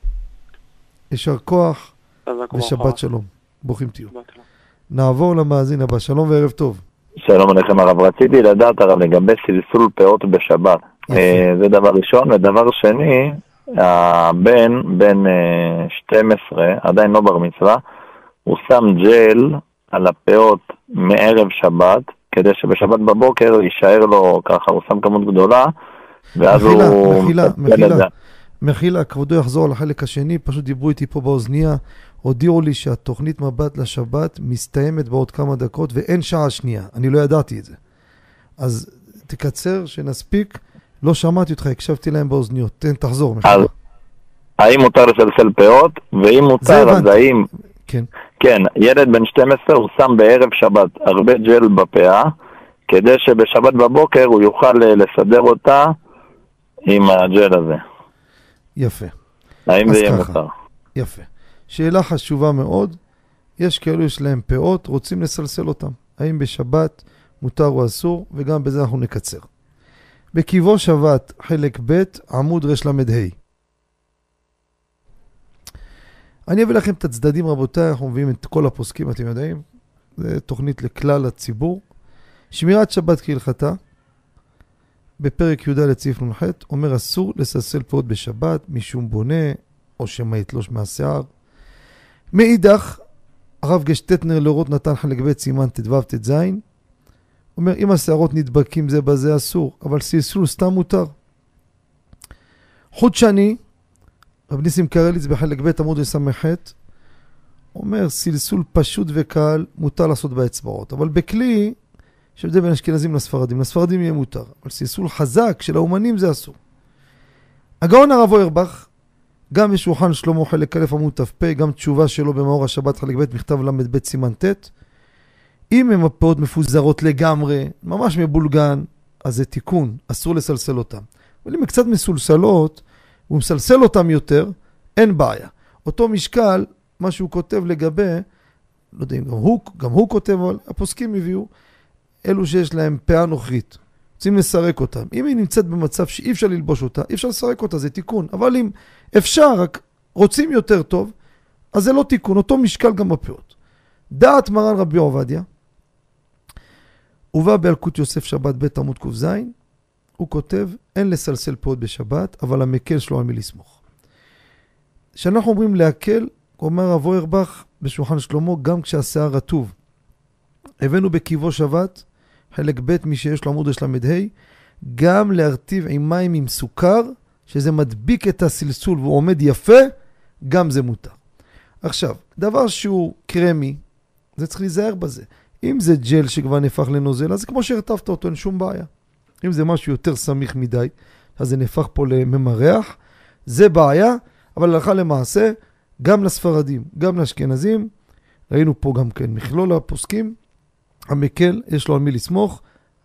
ישר כוח ושבת שלום. ברוכים תהיו. נעבור למאזין הבא. שלום וערב טוב. שלום עליכם הרב. רציתי לדעת הרב לגבי סלסול פאות בשבת. זה דבר ראשון. ודבר שני, הבן, בן שתים עשרה, עדיין לא בר מצווה, הוא שם ג'ל על הפאות מערב שבת, כדי שבשבת בבוקר יישאר לו ככה, הוא שם כמות גדולה, ואז מחילה, הוא... מחילה, מחילה, מחילה, כבודו יחזור על החלק השני, פשוט דיברו איתי פה באוזניה, הודיעו לי שהתוכנית מבט לשבת מסתיימת בעוד כמה דקות, ואין שעה שנייה, אני לא ידעתי את זה. אז תקצר, שנספיק, לא שמעתי אותך, הקשבתי להם באוזניות, תן, תחזור, מחילה. אז האם מותר לסלסל פאות, ואם מותר, אז האם... כן. כן, ילד בן שתים עשרה הוא שם בערב שבת הרבה ג'ל בפאה, כדי שבשבת בבוקר הוא יוכל לסדר אותה עם הג'ל הזה. יפה. האם זה יהיה מותר? יפה. שאלה חשובה מאוד, יש כאלו יש להם פאות, רוצים לסלסל אותם. האם בשבת מותר או אסור, וגם בזה אנחנו נקצר. בקיבו שבת, חלק ב' עמוד רש למד ה'. אני אביא לכם את הצדדים רבותיי, אנחנו מביאים את כל הפוסקים, אתם יודעים, זה תוכנית לכלל הציבור. שמירת שבת כהלכתה, בפרק י' סעיף נ"ח, אומר אסור לסלסל פאות בשבת, משום בונה, או שמא יתלוש מהשיער. מאידך, הרב גשטטנר לאורות נתן חלק ב' סימן ט"ו ט"ז, אומר אם השערות נדבקים זה בזה אסור, אבל סלסול סתם מותר. חודשני, רב ניסים קרליץ בחלק ב' עמוד ס"ח אומר סלסול פשוט וקל מותר לעשות באצבעות, אבל בכלי שבזה בין אשכנזים לספרדים, לספרדים יהיה מותר, אבל סלסול חזק של האומנים זה אסור. הגאון הרב אוירבך, גם בשולחן שלמה חלק א' עמוד ת"פ, גם תשובה שלו במאור השבת חלק ב' מכתב למד ב' סימן ט', אם הם הפאות מפוזרות לגמרי, ממש מבולגן, אז זה תיקון, אסור לסלסל אותם. אבל אם הם קצת מסולסלות, הוא מסלסל אותם יותר, אין בעיה. אותו משקל, מה שהוא כותב לגבי לא יודע אם גם הוא, גם הוא כותב, אבל הפוסקים הביאו, אלו שיש להם פאה נוכרית, רוצים לסרק אותם. אם היא נמצאת במצב שאי אפשר ללבוש אותה, אי אפשר לסרק אותה, זה תיקון. אבל אם אפשר, רק רוצים יותר טוב, אז זה לא תיקון, אותו משקל גם בפאות. דעת מרן רבי עובדיה, הובא באלקוט יוסף שבת בית עמוד ק"ז, הוא כותב, אין לסלסל פאות בשבת, אבל המקל שלו על מי לסמוך. כשאנחנו אומרים להקל, אומר רב אוירבך בשולחן שלמה, גם כשהשיער רטוב. הבאנו בקיבו שבת, חלק ב' מי שיש לו עמוד השלמד ה', גם להרטיב עם מים עם סוכר, שזה מדביק את הסלסול והוא עומד יפה, גם זה מותר. עכשיו, דבר שהוא קרמי, זה צריך להיזהר בזה. אם זה ג'ל שכבר נפח לנוזל, אז זה כמו שהרטבת אותו, אין שום בעיה. אם זה משהו יותר סמיך מדי, אז זה נפח פה לממרח, זה בעיה, אבל הלכה למעשה, גם לספרדים, גם לאשכנזים, ראינו פה גם כן מכלול הפוסקים, המקל, יש לו על מי לסמוך.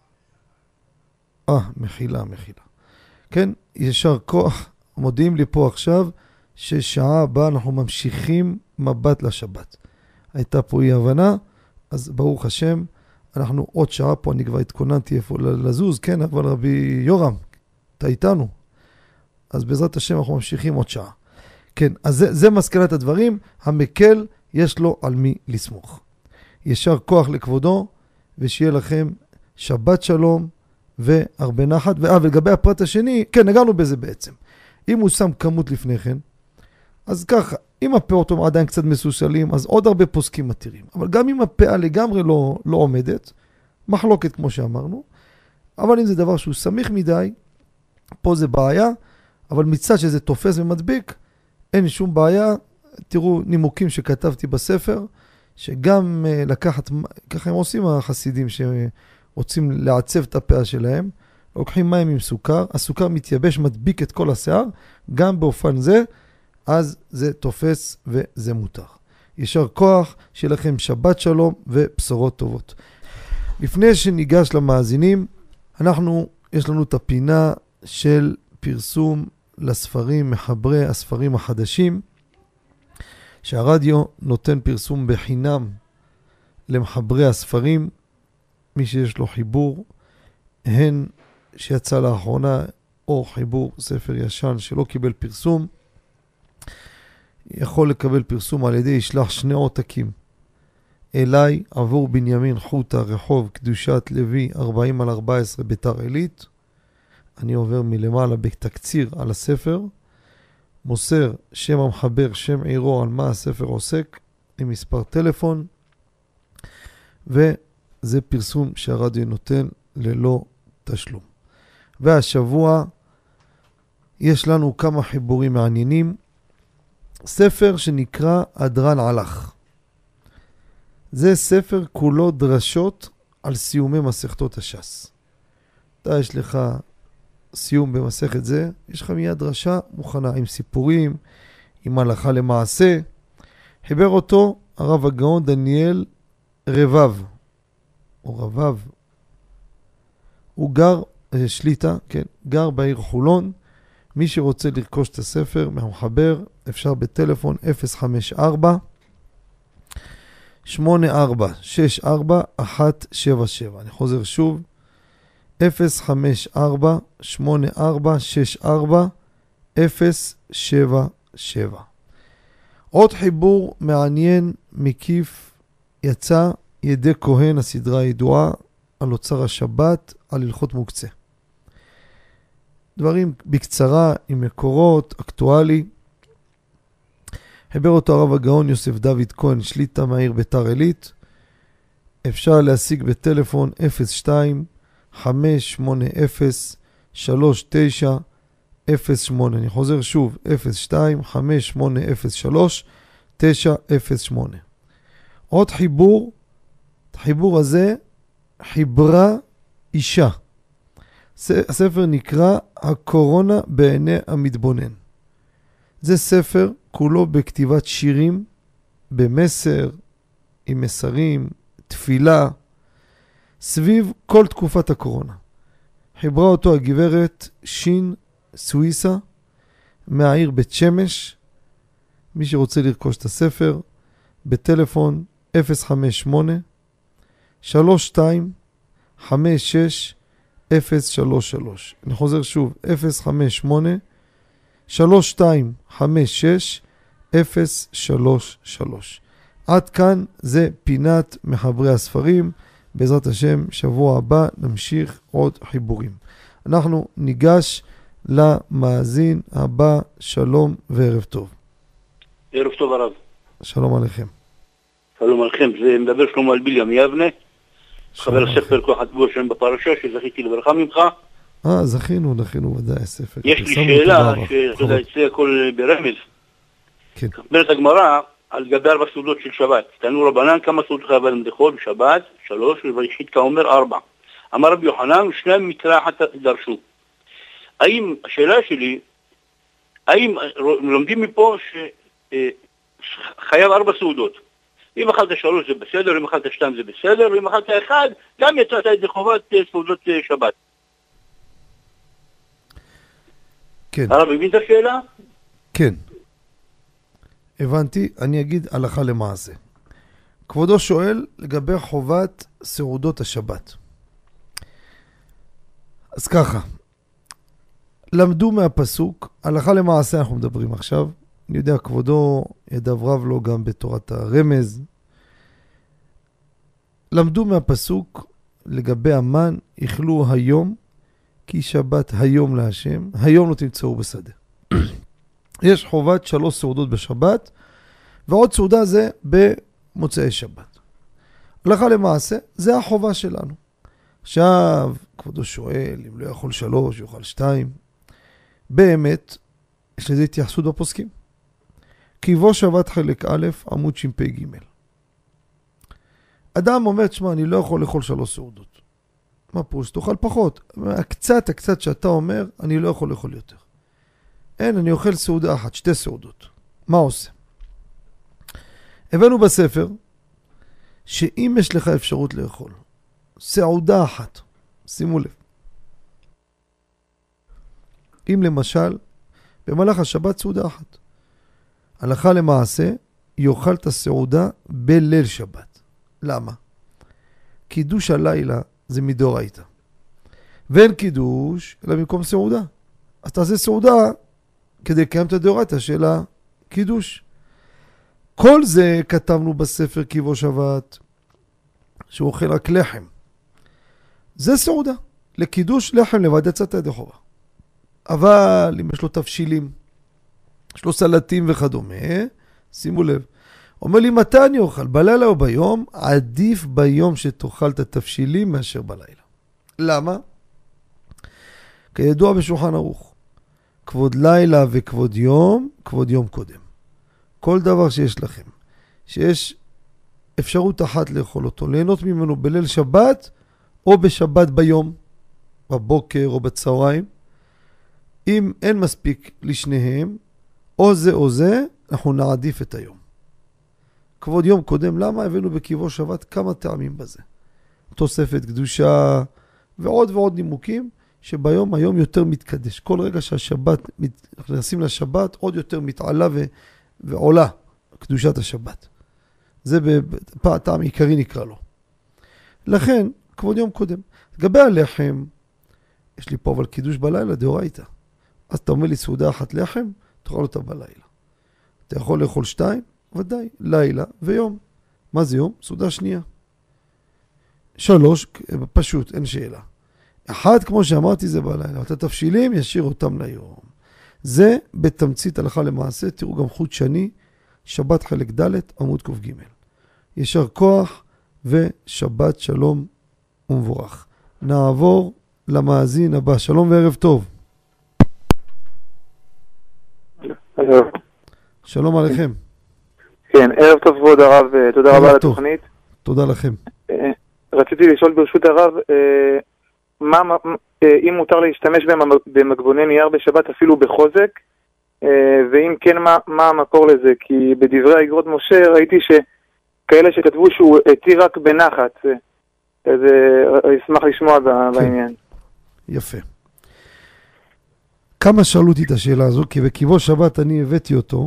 אה, מחילה, מחילה. כן, ישר כוח, מודיעים לי פה עכשיו, ששעה הבאה אנחנו ממשיכים מבט לשבת. הייתה פה אי הבנה, אז ברוך השם, אנחנו עוד שעה פה, אני כבר התכוננתי איפה לזוז, כן, אבל רבי יורם, אתה איתנו. אז בעזרת השם אנחנו ממשיכים עוד שעה. כן, אז זה, זה מסקנת הדברים, המקל יש לו על מי לסמוך. ישר כוח לכבודו, ושיהיה לכם שבת שלום והרבה נחת. ואה, ולגבי הפרט השני, כן, נגענו בזה בעצם. אם הוא שם כמות לפני כן, אז ככה, אם הפאות עדיין קצת מסוסלים, אז עוד הרבה פוסקים מתירים. אבל גם אם הפאה לגמרי לא, לא עומדת, מחלוקת כמו שאמרנו, אבל אם זה דבר שהוא סמיך מדי, פה זה בעיה, אבל מצד שזה תופס ומדביק, אין שום בעיה. תראו נימוקים שכתבתי בספר, שגם uh, לקחת, ככה הם עושים החסידים שרוצים לעצב את הפאה שלהם, לוקחים מים עם סוכר, הסוכר מתייבש, מדביק את כל השיער, גם באופן זה, אז זה תופס וזה מותר. ישר כוח, שיהיה לכם שבת שלום ובשורות טובות. לפני שניגש למאזינים, אנחנו, יש לנו את הפינה של פרסום לספרים, מחברי הספרים החדשים, שהרדיו נותן פרסום בחינם למחברי הספרים, מי שיש לו חיבור, הן שיצא לאחרונה, או חיבור ספר ישן שלא קיבל פרסום, יכול לקבל פרסום על ידי ישלח שני עותקים אליי עבור בנימין חוטה, רחוב קדושת לוי ארבעים על ארבע עשרה ביתר עילית. אני עובר מלמעלה בתקציר על הספר, מוסר שם המחבר, שם עירו, על מה הספר עוסק, עם מספר טלפון, וזה פרסום שהרדיו נותן ללא תשלום. והשבוע יש לנו כמה חיבורים מעניינים. ספר שנקרא אדרן הלך. זה ספר כולו דרשות על סיומי מסכתות הש"ס. אתה יש לך סיום במסכת זה, יש לך מיד דרשה מוכנה עם סיפורים, עם הלכה למעשה. חיבר אותו הרב הגאון דניאל רבב, או רבב. הוא גר, שליטה, כן, גר בעיר חולון. מי שרוצה לרכוש את הספר מהמחבר, אפשר בטלפון אפס חמש ארבע שמונה ארבע שש ארבע אחת שבע שבע. אני חוזר שוב, אפס חמש ארבע שמונה ארבע שש ארבע אפס שבע שבע. עוד חיבור מעניין מקיף יצא ידי כהן, הסדרה הידועה על אוצר השבת, על הלכות מוקצה. דברים בקצרה עם מקורות, אקטואלי. חיבר אותו הרב הגאון יוסף דוד כהן, שליטה מהעיר ביתר עילית. אפשר להשיג בטלפון אפס שתיים חמש שמונה אפס שלוש תשע אפס שמונה. אני חוזר שוב, אפס שתיים חמש שמונה אפס שלוש תשע אפס שמונה. עוד חיבור, החיבור הזה חיברה אישה. הספר נקרא הקורונה בעיני המתבונן. זה ספר כולו בכתיבת שירים, במסר, עם מסרים, תפילה, סביב כל תקופת הקורונה. חיברה אותו הגברת שין סוויסה מהעיר בית שמש. מי שרוצה לרכוש את הספר, בטלפון אפס חמש שמונה שלוש שתיים חמש שש אפס שלוש שלוש. אני חוזר שוב, אפס חמש שמונה שלוש שתיים חמש שש אפס שלוש שלוש. עד כאן זה פינת מחברי הספרים. בעזרת השם, שבוע הבא נמשיך עוד חיבורים. אנחנו ניגש למאזין הבא. שלום וערב טוב. ערב טוב הרב. שלום עליכם. שלום עליכם, זה מדבר שלמה אלביליה מיבנה, חבר הספר כוח הדיבור שלהם בפרשה, שזכיתי לברכה ממך. אה, זכינו, זכינו ודאי הספר. יש לי שאלה, שאתה יודע, אצלי הכל ברמז. כן. אומרת הגמרא, על גבי ארבע סעודות של שבת. תנו רבנן, כמה סעודות חייב למדחות בשבת? שלוש, ובראשית כאומר ארבע. אמר רבי יוחנן, ושניהם מקרא אחת דרשו. האם, השאלה שלי, האם לומדים מפה שחייב ארבע סעודות? אם אכלת שלוש זה בסדר, אם אכלת שתיים זה בסדר, ואם אכלת אחד, גם יצאת את זה חובת סעודות שבת. כן. הרב, מבין את השאלה? כן. הבנתי, אני אגיד הלכה למעשה. כבודו שואל לגבי חובת סעודות השבת. אז ככה, למדו מהפסוק, הלכה למעשה אנחנו מדברים עכשיו, אני יודע, כבודו ידיו רב לו גם בתורת הרמז. למדו מהפסוק לגבי המן, יאכלו היום, כי שבת היום להשם, היום לא תמצאו בשדה. יש חובת שלוש סעודות בשבת, ועוד סעודה זה במוצאי שבת. הלכה למעשה, זה החובה שלנו. עכשיו, כבודו שואל, אם לא יכול שלוש, יוכל שתיים. באמת, יש לזה התייחסות בפוסקים. כי בו שבת חלק א', עמוד ש"פ ג'. אדם אומר, תשמע, אני לא יכול לאכול שלוש סעודות. מה פירוש? תאכל פחות. הקצת, הקצת שאתה אומר, אני לא יכול לאכול יותר. אין, אני אוכל סעודה אחת, שתי סעודות. מה עושה? הבאנו בספר, שאם יש לך אפשרות לאכול, סעודה אחת, שימו לב. אם למשל, במהלך השבת סעודה אחת, הלכה למעשה, יאכל את הסעודה בליל שבת. למה? קידוש הלילה זה מדאורייתא. ואין קידוש, אלא במקום סעודה. אז תעשה סעודה כדי לקיים את הדאורייתא של הקידוש. כל זה כתבנו בספר כי בו שבת, שהוא אוכל רק לחם. זה סעודה. לקידוש לחם לבד יצאת ידי חובה. אבל אם יש לו תבשילים, יש לו סלטים וכדומה, שימו לב. אומר לי, מתי אני אוכל? בלילה או ביום? עדיף ביום שתאכל את התבשילים מאשר בלילה. למה? כידוע בשולחן ערוך. כבוד לילה וכבוד יום, כבוד יום קודם. כל דבר שיש לכם, שיש אפשרות אחת לאכול אותו, ליהנות ממנו בליל שבת, או בשבת ביום, בבוקר או בצהריים, אם אין מספיק לשניהם, או זה או זה, אנחנו נעדיף את היום. כבוד יום קודם, למה? הבאנו בקיבו שבת כמה טעמים בזה. תוספת קדושה ועוד ועוד נימוקים, שביום היום יותר מתקדש. כל רגע שהשבת, נכנסים לשבת, עוד יותר מתעלה ו, ועולה קדושת השבת. זה בטעם עיקרי נקרא לו. לכן, כבוד יום קודם. לגבי הלחם, יש לי פה אבל קידוש בלילה, דאורייתא. אז אתה אומר לי סעודה אחת לחם, תאכל אותה בלילה. אתה יכול לאכול שתיים? ודאי, לילה ויום. מה זה יום? סעודה שנייה. שלוש, פשוט, אין שאלה. אחד, כמו שאמרתי, זה בלילה. את התבשילים ישאיר אותם ליום. זה בתמצית הלכה למעשה. תראו גם חוט שני, שבת חלק ד' עמוד ק"ג. ישר כוח ושבת שלום ומבורך. נעבור למאזין הבא. שלום וערב טוב. שלום עליכם. כן, ערב טוב כבוד הרב, תודה רבה על התוכנית. תודה לכם. רציתי לשאול ברשות הרב, מה, אם מותר להשתמש במגבוני נייר בשבת אפילו בחוזק, ואם כן, מה, מה המקור לזה? כי בדברי האגרות משה ראיתי שכאלה שכתבו שהוא התיר רק בנחת, אז אשמח לשמוע בעניין. יפה. כמה שאלו אותי את השאלה הזו, כי בקיבו שבת אני הבאתי אותו,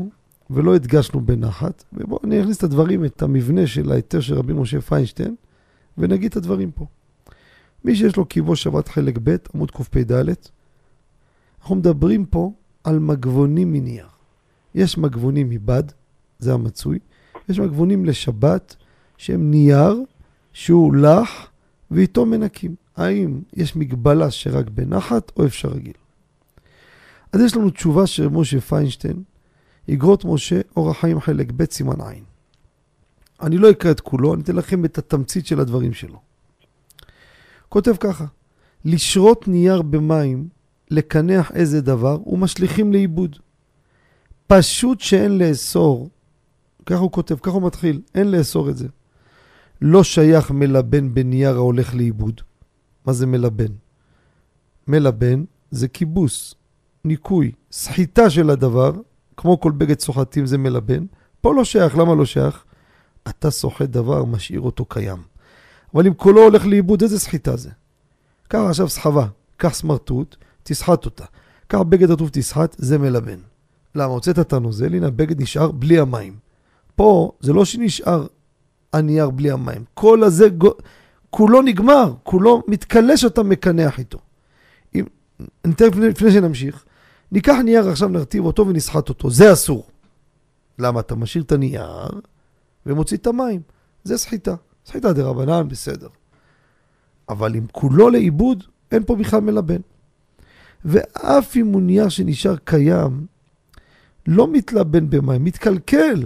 ולא הדגשנו בנחת, ובואו נכניס את הדברים, את המבנה של ההיתר של רבי משה פיינשטיין, ונגיד את הדברים פה. מי שיש לו כיבוש שבת חלק ב', עמוד קפ"ד, אנחנו מדברים פה על מגבונים מנייר. יש מגבונים מבד, זה המצוי, יש מגבונים לשבת, שהם נייר, שהוא לח, ואיתו מנקים. האם יש מגבלה שרק בנחת, או אפשר רגיל? אז יש לנו תשובה של משה פיינשטיין, אגרות משה, אור החיים חלק ב' סימן עין. אני לא אקרא את כולו, אני אתן לכם את התמצית של הדברים שלו. כותב ככה, לשרות נייר במים, לקנח איזה דבר, ומשליכים לאיבוד. פשוט שאין לאסור, ככה הוא כותב, ככה הוא מתחיל, אין לאסור את זה. לא שייך מלבן בנייר ההולך לאיבוד. מה זה מלבן? מלבן זה כיבוס, ניקוי, סחיטה של הדבר, כמו כל בגד סוחטים זה מלבן. פה לא שייך, למה לא שייך? אתה סוחט דבר, משאיר אותו קיים. אבל אם כולו הולך לאיבוד, איזה סחיטה זה? קח עכשיו סחבה, קח סמרטוט, תסחט אותה. קח בגד עטוף תסחט, זה מלבן. למה? הוצאת את הנוזל, הנה הבגד נשאר בלי המים. פה זה לא שנשאר הנייר בלי המים. כל הזה, כולו נגמר, כולו מתקלש, אתה מקנח איתו. אם, לפני שנמשיך, ניקח נייר עכשיו, נרטיב אותו ונסחט אותו. זה אסור. למה? אתה משאיר את הנייר ומוציא את המים. זה סחיטה. סחיטה דרבנן, בסדר. אבל אם כולו לאיבוד, אין פה בכלל מלבן. ואף אם הוא נייר שנשאר קיים, לא מתלבן במים, מתקלקל.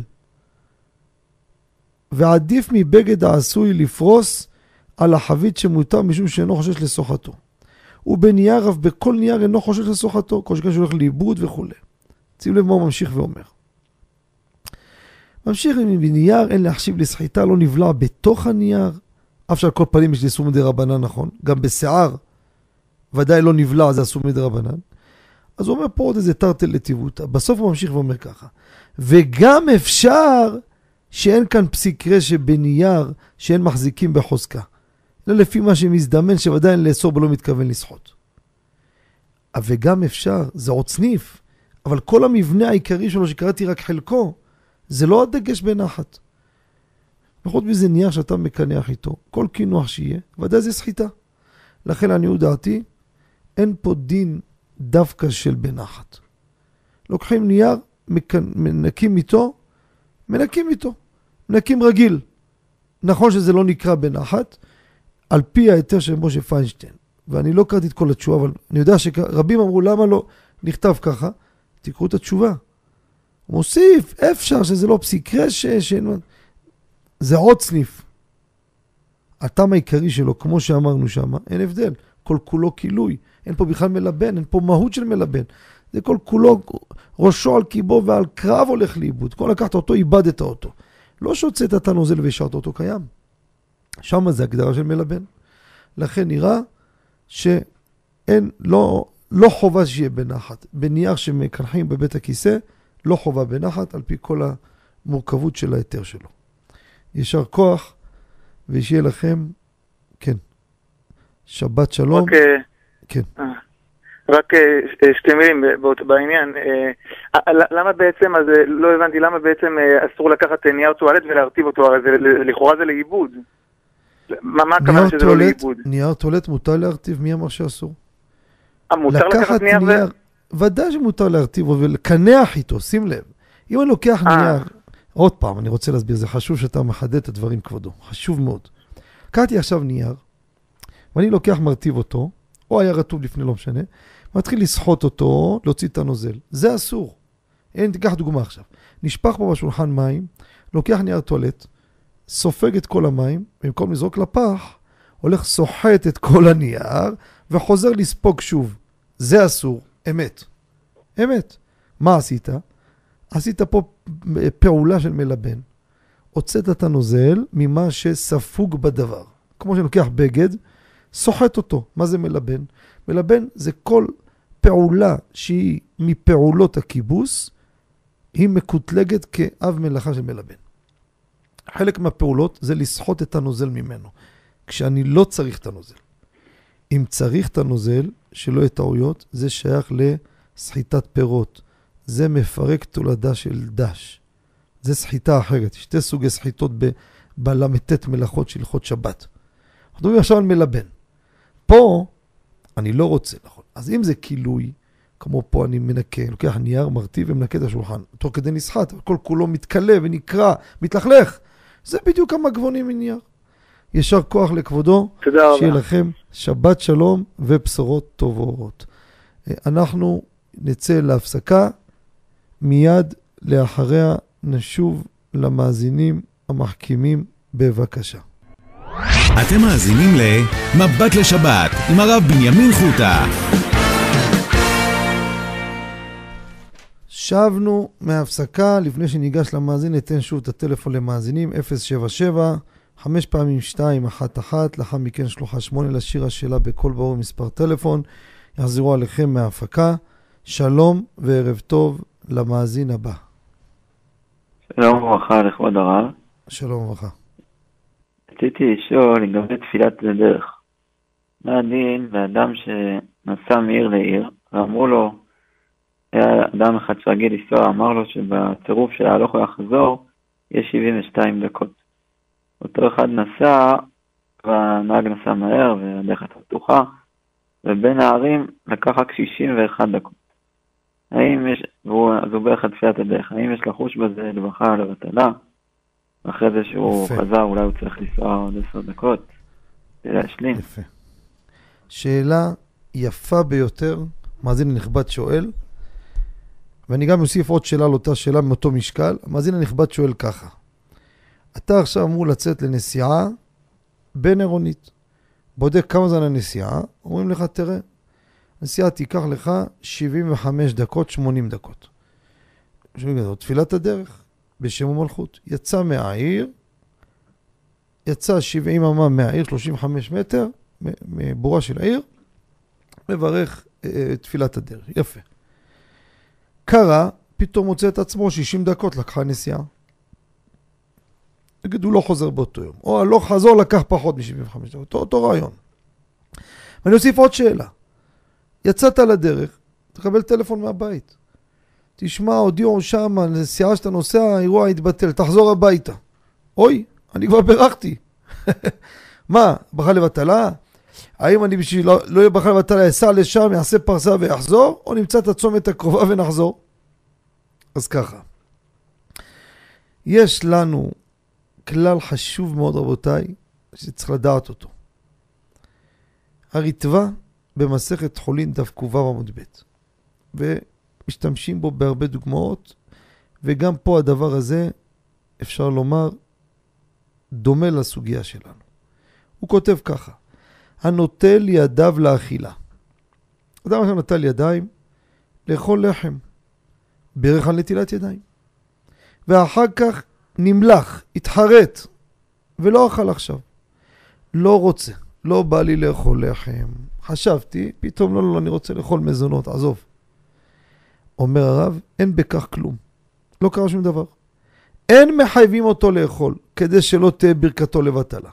ועדיף מבגד העשוי לפרוס על החבית שמותר משום שאינו חושש לסוחתו. ובנייר אף בכל נייר אינו חושש לסוחתו, כל שכן שהולך לאיבוד וכו'. שים לב מה הוא ממשיך ואומר. ממשיך עם בנייר, אין להחשיב לסחיטה, לא נבלע בתוך הנייר, אף שעל כל פנים יש לסום דרבנן, נכון? גם בשיער, ודאי לא נבלע, זה אסור מדרבנן. אז הוא אומר פה עוד איזה תרתי לטיבותא. בסוף הוא ממשיך ואומר ככה. וגם אפשר שאין כאן פסיקרא שבנייר שאין מחזיקים בחוזקה. אלא לפי מה שמזדמן שוודאי אין לאסור בלא מתכוון לסחוט. וגם אפשר, זה עוד סניף, אבל כל המבנה העיקרי שלו שקראתי רק חלקו, זה לא הדגש בנחת. וחוץ מזה נייר שאתה מקנח איתו, כל כינוח שיהיה, ודאי זה סחיטה. לכן לעניות דעתי, אין פה דין דווקא של בנחת. לוקחים נייר, מנקים איתו, מנקים איתו, מנקים רגיל. נכון שזה לא נקרא בנחת, על פי ההיתר של משה פיינשטיין. ואני לא קראתי את כל התשובה, אבל אני יודע שרבים אמרו למה לא נכתב ככה, תקראו את התשובה. הוא מוסיף, אפשר שזה לא פסיקרא ש... ש... זה עוד סניף. הטעם העיקרי שלו, כמו שאמרנו שם, אין הבדל. כל כולו כילוי. אין פה בכלל מלבן, אין פה מהות של מלבן. זה כל כולו, ראשו על קיבו ועל קרב הולך לאיבוד. כל לקחת אותו, איבדת אותו. לא שהוצאת את הנוזל והשארת אותו קיים. שם זה הגדרה של מלבן. לכן נראה שאין, לא, לא חובה שיהיה בנחת. בנייר שמקנחים בבית הכיסא, לא חובה בנחת, על פי כל המורכבות של ההיתר שלו. ישר כוח, ושיהיה לכם, כן, שבת שלום. רק, כן. רק שתי מילים בעניין. למה בעצם, אז לא הבנתי, למה בעצם אסור לקחת נייר טואלט ולהרטיב אותו? לכאורה זה לאיבוד. מה הכוונה שזה לא לאיבוד? נייר טואלט מותר להרטיב, מי אמר שאסור? מותר לקחת נייר ו... ודאי שמותר להרטיב ולקנח איתו, שים לב. אם אני לוקח נייר, עוד פעם, אני רוצה להסביר, זה חשוב שאתה מחדד את הדברים כבודו, חשוב מאוד. קראתי עכשיו נייר, ואני לוקח מרטיב אותו, או היה רטוב לפני, לא משנה, מתחיל לסחוט אותו, להוציא את הנוזל. זה אסור. אין, תיקח דוגמה עכשיו. נשפך פה בשולחן מים, לוקח נייר טואלט, סופג את כל המים, במקום לזרוק לפח, הולך סוחט את כל הנייר, וחוזר לספוג שוב. זה אסור. אמת. אמת. מה עשית? עשית פה פעולה של מלבן. הוצאת את הנוזל ממה שספוג בדבר. כמו שנוקח בגד, סוחט אותו. מה זה מלבן? מלבן זה כל פעולה שהיא מפעולות הכיבוס, היא מקוטלגת כאב מלאכה של מלבן. חלק מהפעולות זה לסחוט את הנוזל ממנו. כשאני לא צריך את הנוזל. אם צריך את הנוזל, שלא יהיה טעויות, זה שייך לסחיטת פירות. זה מפרק תולדה של דש. זה סחיטה אחרת. שתי סוגי סחיטות בלמתת מלאכות של הלכות שבת. אנחנו מדברים עכשיו על מלבן. פה אני לא רוצה, נכון. אז אם זה כילוי, כמו פה אני מנקה, לוקח נייר, מרטיב ומנקה את השולחן. תוך כדי נסחט, כל כולו מתקלה ונקרא, מתלכלך. זה בדיוק המגבונים מנייר. ישר כוח לכבודו. תודה רבה. שיהיה לכם שבת שלום ובשורות טובות. אנחנו נצא להפסקה, מיד לאחריה נשוב למאזינים המחכימים בבקשה. אתם מאזינים למבט לשבת עם הרב בנימין חוטה. שבנו מההפסקה, לפני שניגש למאזין ניתן שוב את הטלפון למאזינים אפס שבע שבע חמש פעמים שתיים אחת אחת, לאחר מכן שלוחה שמונה לשיר השאלה בכל ברור מספר טלפון, יחזרו עליכם מההפקה. שלום וערב טוב למאזין הבא. שלום וברכה לכבוד הרב. שלום וברכה. רציתי לשאול לגבי תפילת הדרך. מה הדין באדם שנסע מעיר לעיר, ואמרו לו, היה אדם אחד שרגיל לנסוע, אמר לו שבצירוף של ההלוך ולחזור יש שבעים ושתיים דקות. אותו אחד נסע, והנהג נסע מהר והדרך הייתה פתוחה, ובין הערים לקח רק שישים ואחת דקות. האם יש, והוא, אז הוא בערך תפילת הדרך, האם יש לחוש בזה לברכה לבטלה? אחרי זה שהוא יפה. חזר, אולי הוא צריך לנסוע עוד עשר דקות. זה להשלים. יפה. שאלה יפה ביותר, מאזין הנכבד שואל, ואני גם אוסיף עוד שאלה על אותה שאלה מאותו משקל. המאזין הנכבד שואל ככה, אתה עכשיו אמור לצאת לנסיעה בין עירונית. בודק כמה זמן הנסיעה, אומרים לך, תראה, הנסיעה תיקח לך שבעים וחמש דקות, שמונים דקות. תפילת הדרך, בשם ומלכות. יצא מהעיר, יצא שבעים אמה מהעיר, שלושים וחמישה מטר, מבורה של העיר, מברך אה, תפילת הדרך. יפה. קרה, פתאום מוצא את עצמו שישים דקות לקחה נסיעה. נגיד, הוא לא חוזר באותו יום. או לא חזור לקח פחות מ-שבעים וחמש דקות. אותו, אותו רעיון. ואני אוסיף עוד שאלה. יצאת לדרך, תקבל טלפון מהבית. תשמע, הודיעו שם, נסיעה שאתה נוסע, האירוע יתבטל, תחזור הביתה. אוי, אני כבר ברכתי. מה, ברכה לבטלה? האם אני בשביל לא, לא יהיה ברכה לבטלה, יסע לשם, יעשה פרסה ויחזור, או נמצא את הצומת הקרובה ונחזור? אז ככה. יש לנו כלל חשוב מאוד, רבותיי, שצריך לדעת אותו. הריטב"א במסכת חולין דף ק"ו עמוד ב', ומשתמשים בו בהרבה דוגמאות, וגם פה הדבר הזה, אפשר לומר, דומה לסוגיה שלנו. הוא כותב ככה, הנוטל ידיו לאכילה. אדם עכשיו נטל ידיים לאכול לחם, ברך על נטילת ידיים. ואחר כך נמלח, התחרט, ולא אכל עכשיו. לא רוצה, לא בא לי לאכול לחם. חשבתי, פתאום לא, לא, אני רוצה לאכול מזונות, עזוב. אומר הרב, אין בכך כלום. לא קרה שום דבר. אין מחייבים אותו לאכול, כדי שלא תהיה ברכתו לבטלה.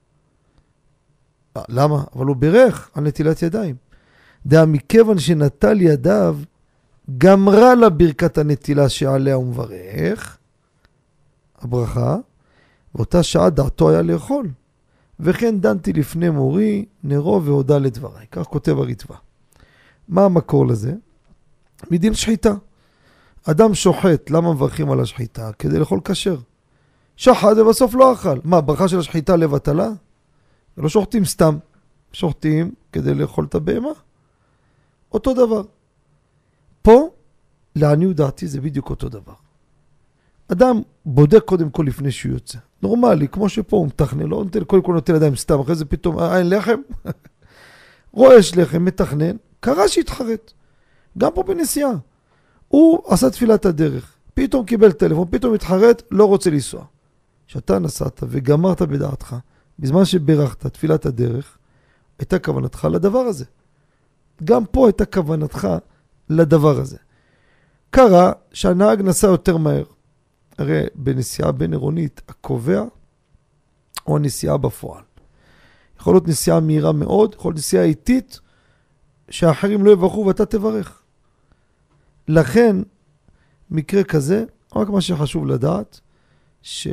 למה? אבל הוא ברך על נטילת ידיים. דעה מכיוון שנטל ידיו, גמרה לה ברכת הנטילה שעליה הוא מברך, הברכה, ואותה שעה דעתו היה לאכול. וכן דנתי לפני מורי, נרו והודע לדבריי. כך כותב הריטב"א. מה המקור לזה? מדין שחיטה. אדם שוחט, למה מברכים על השחיטה? כדי לאכול כשר. שחט ובסוף לא אכל. מה, ברכה של השחיטה לבטלה? לא שוחטים סתם. שוחטים כדי לאכול את הבהמה. אותו דבר. פה, לעניות דעתי, זה בדיוק אותו דבר. אדם בודק קודם כל לפני שהוא יוצא. נורמלי, כמו שפה הוא מתכנן, לא נותן, קודם כל נותן ידיים סתם, אחרי זה פתאום, אה, אין לחם? רואה יש לחם, מתכנן, קרה שהתחרט. גם פה בנסיעה. הוא עשה תפילת הדרך, פתאום קיבל טלפון, פתאום התחרט, לא רוצה לנסוע. כשאתה נסעת וגמרת בדעתך, בזמן שברכת תפילת הדרך, הייתה כוונתך לדבר הזה. גם פה הייתה כוונתך לדבר הזה. קרה שהנהג נסע יותר מהר. הרי בנסיעה בין עירונית, הקובע או הנסיעה בפועל. יכול להיות נסיעה מהירה מאוד, יכול להיות נסיעה איטית, שהאחרים לא יברכו ואתה תברך. לכן, מקרה כזה, רק מה שחשוב לדעת, ש...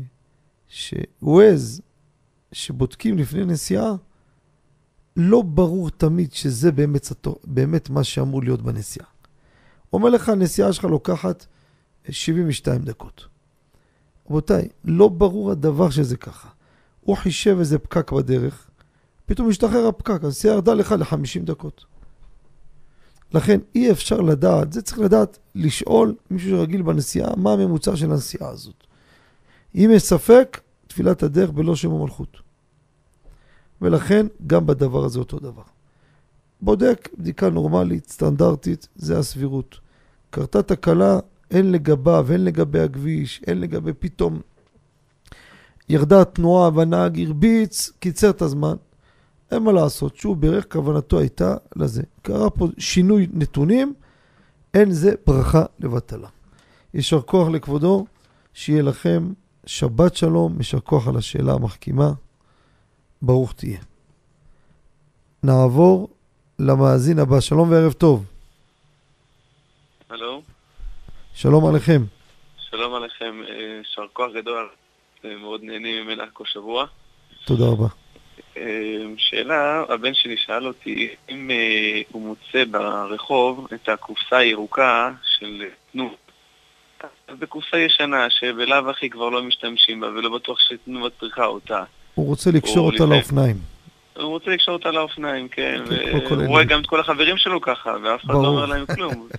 שוויז, שבודקים לפני נסיעה, לא ברור תמיד שזה באמת, באמת מה שאמור להיות בנסיעה. אומר לך, הנסיעה שלך לוקחת שבעים ושתיים דקות. רבותיי, לא ברור הדבר שזה ככה. הוא חישב איזה פקק בדרך, פתאום משתחרר הפקק, אז זה ירדה לך ל-חמישים דקות. לכן אי אפשר לדעת, זה צריך לדעת, לשאול מישהו שרגיל בנסיעה, מה הממוצע של הנסיעה הזאת. אם יש ספק, תפילת הדרך בלא שם ומלכות. ולכן גם בדבר הזה אותו דבר. בודק, בדיקה נורמלית, סטנדרטית, זה הסבירות. קרתה תקלה, אין לגביו, אין לגבי הכביש, אין לגבי פתאום. ירדה התנועה והנהג הרביץ, קיצר את הזמן. אין מה לעשות, שוב בערך כוונתו הייתה לזה. קרה פה שינוי נתונים, אין זה ברכה לבטלה. יישר כוח לכבודו, שיהיה לכם שבת שלום, יישר כוח על השאלה המחכימה, ברוך תהיה. נעבור למאזין הבא, שלום וערב טוב. הלו. שלום עליכם. שלום עליכם, יישר כוח גדול, מאוד נהנים ממנה כל שבוע. תודה רבה. שאלה, הבן שלי שאל אותי אם הוא מוצא ברחוב את הקופסה הירוקה של תנובה. בקופסה ישנה שבלאו הכי כבר לא משתמשים בה ולא בטוח שתנובה צריכה אותה. הוא רוצה לקשור אותה לאופניים. הוא רוצה לקשור אותה לאופניים, כן. והוא רואה גם את כל החברים שלו ככה, ואף אחד לא אומר להם כלום.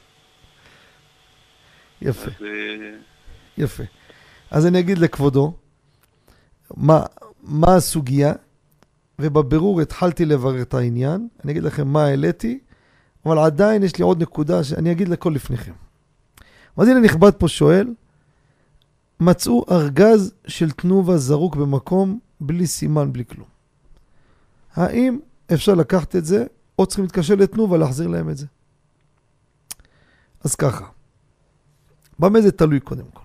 יפה. יפה. אז אני אגיד לכבודו, מה, מה הסוגיה, ובבירור התחלתי לברר את העניין, אני אגיד לכם מה העליתי, אבל עדיין יש לי עוד נקודה שאני אגיד לכל לפניכם. אז הנה נכבד פה שואל, מצאו ארגז של תנובה זרוק במקום בלי סימן, בלי כלום. האם אפשר לקחת את זה, או צריכים להתקשר לתנובה להחזיר להם את זה? אז ככה, במה זה תלוי קודם כל?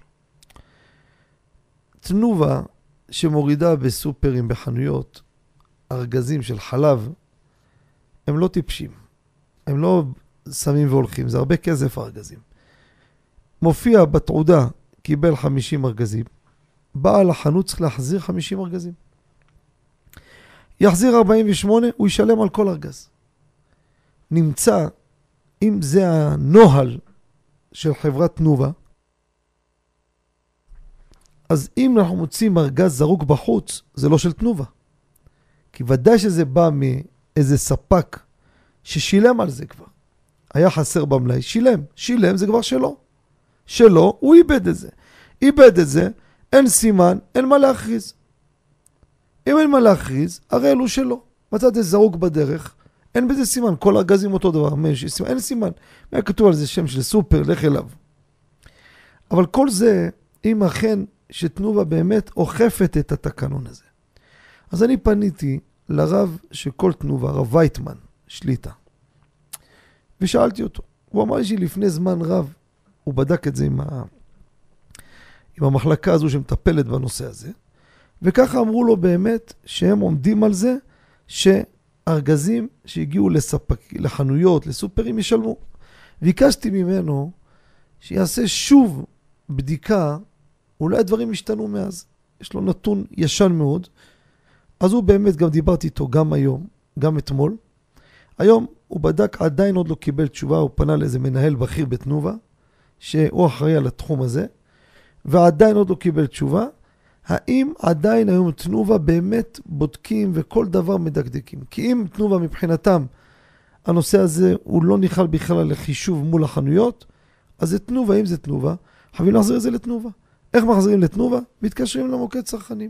תנובה שמורידה בסופרים, בחנויות, ארגזים של חלב, הם לא טיפשים. הם לא שמים והולכים, זה הרבה כסף ארגזים. מופיע בתעודה, קיבל חמישים ארגזים, בעל החנות צריך להחזיר חמישים ארגזים. יחזיר ארבעים ושמונה, הוא ישלם על כל ארגז. נמצא, אם זה הנוהל של חברת תנובה, אז אם אנחנו מוצאים ארגז זרוק בחוץ, זה לא של תנובה. כי ודאי שזה בא מאיזה ספק ששילם על זה כבר. היה חסר במלאי, שילם. שילם זה כבר שלו. שלו, הוא איבד את זה. איבד את זה, אין סימן, אין מה להכריז. אם אין מה להכריז, הרי אלו שלו. מצאת זה זרוק בדרך, אין בזה סימן. כל ארגזים אותו דבר, סימן, אין סימן. מה כתוב על זה שם של סופר, לך אליו. אבל כל זה, אם אכן שתנובה באמת אוכפת את התקנון הזה. אז אני פניתי לרב שכל תנובה, רב וייטמן, שליטה. ושאלתי אותו. הוא אמר לי שלפני זמן רב, הוא בדק את זה עם, ה... עם המחלקה הזו שמטפלת בנושא הזה. וככה אמרו לו באמת שהם עומדים על זה שארגזים שהגיעו לספק, לחנויות, לסופרים ישלמו. ביקשתי ממנו שיעשה שוב בדיקה, אולי הדברים השתנו מאז. יש לו נתון ישן מאוד. אז הוא באמת, גם דיברתי איתו גם היום, גם אתמול. היום הוא בדק, עדיין עוד לא קיבל תשובה, הוא פנה לאיזה מנהל בכיר בתנובה, שהוא אחראי על התחום הזה, ועדיין עוד לא קיבל תשובה. האם עדיין היום תנובה באמת בודקים וכל דבר מדקדקים? כי אם תנובה מבחינתם, הנושא הזה הוא לא נכלל בכלל לחישוב מול החנויות, אז זה תנובה, אם זה תנובה, חייבים להחזיר את זה לתנובה. איך מחזירים לתנובה? מתקשרים למוקד צרכנים.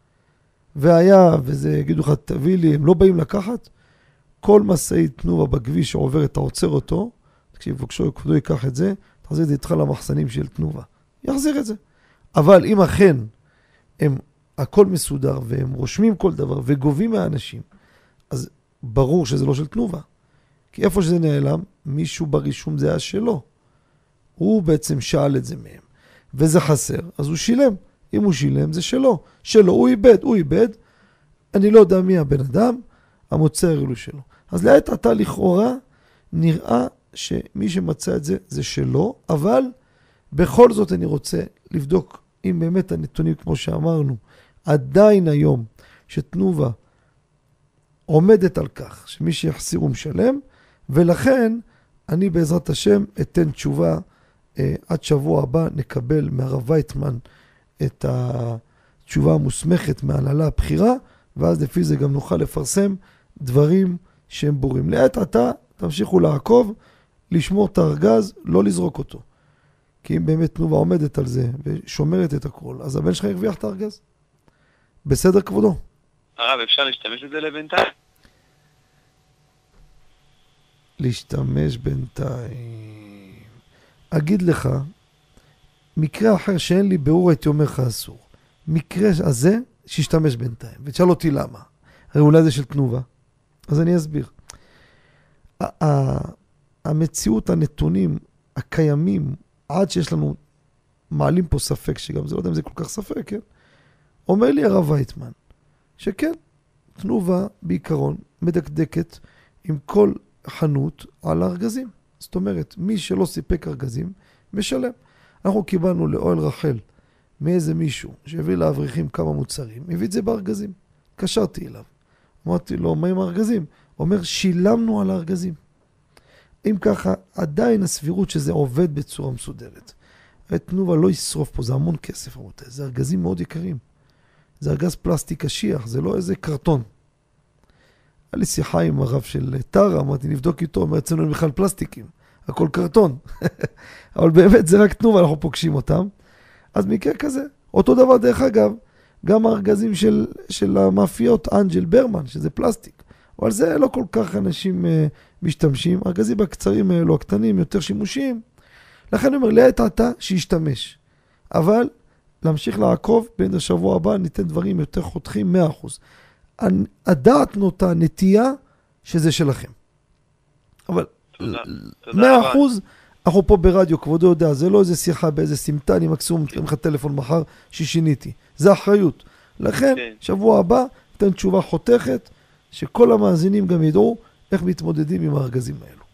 והיה, וזה יגידו לך, תביא לי, הם לא באים לקחת, כל מסעי תנובה בכביש שעובר, אתה עוצר אותו, תקשיב, וכשהוא כבודו ייקח את זה, תחזיר את זה איתך למחסנים של תנובה. יחזיר את זה. אבל אם אכן הם הכל מסודר, והם רושמים כל דבר, וגובים מהאנשים, אז ברור שזה לא של תנובה. כי איפה שזה נעלם, מישהו ברישום זה היה שלו. הוא בעצם שאל את זה מהם. וזה חסר, אז הוא שילם. אם הוא שילם, זה שלו. שלו, הוא איבד, הוא איבד. אני לא יודע מי הבן אדם, המוצר הוא שלו. אז לעת עתה לכאורה, נראה שמי שמצא את זה, זה שלו, אבל בכל זאת אני רוצה לבדוק אם באמת הנתונים, כמו שאמרנו, עדיין היום שתנובה עומדת על כך שמי שיחסיר הוא משלם, ולכן אני בעזרת השם אתן תשובה אה, עד שבוע הבא, נקבל מהרב וייטמן את התשובה המוסמכת מהנהלה הבחירה, ואז לפי זה גם נוכל לפרסם דברים שהם בורים. לעת עתה תמשיכו לעקוב, לשמור את הארגז, לא לזרוק אותו. כי אם באמת תנובה עומדת על זה ושומרת את הכל, אז הבן שלך ירוויח את הארגז. בסדר כבודו? הרב, אפשר להשתמש בזה לבינתיים? להשתמש בינתיים. אגיד לך, מקרה אחר שאין לי ברור הייתי אומר לך אסור. מקרה הזה שישתמש בינתיים. ותשאל אותי למה. הרי אולי זה של תנובה. אז אני אסביר. המציאות, הנתונים הקיימים, עד שיש לנו, מעלים פה ספק, שגם זה לא יודע אם זה כל כך ספק, כן? אומר לי הרב וייטמן, שכן, תנובה בעיקרון מדקדקת עם כל חנות על הארגזים. זאת אומרת, מי שלא סיפק ארגזים, משלם. אנחנו קיבלנו לאוהל רחל מאיזה מישהו שהביא לאברכים כמה מוצרים, הביא את זה בארגזים. קשרתי אליו. אמרתי לו, מה עם הארגזים? אומר, שילמנו על הארגזים. אם ככה, עדיין הסבירות שזה עובד בצורה מסודרת. תנובה לא ישרוף פה, זה המון כסף, רבותיי. זה ארגזים מאוד יקרים. זה ארגז פלסטיק קשיח, זה לא איזה קרטון. היה לי שיחה עם הרב של טרה, אמרתי, נבדוק איתו, אומר, אצלנו בכלל פלסטיקים, הכל קרטון. אבל באמת זה רק תנובה, אנחנו פוגשים אותם. אז מקרה כזה, אותו דבר דרך אגב, גם הארגזים של, של המאפיות אנג'ל ברמן, שזה פלסטיק. אבל זה לא כל כך אנשים uh, משתמשים. הארגזים הקצרים האלו, הקטנים, יותר שימושיים. לכן אני אומר, לעת עתה שישתמש. אבל להמשיך לעקוב, בין השבוע הבא ניתן דברים יותר חותכים מאה אחוז. הדעת נוטה נטייה שזה שלכם. אבל מאה אחוז אנחנו פה ברדיו, כבודו יודע, זה לא איזה שיחה באיזה סמטה, אני מקסימום מתקיים לך טלפון מחר ששיניתי. זה אחריות. לכן, שבוע הבא ניתן תשובה חותכת, שכל המאזינים גם ידעו איך מתמודדים עם הארגזים האלו.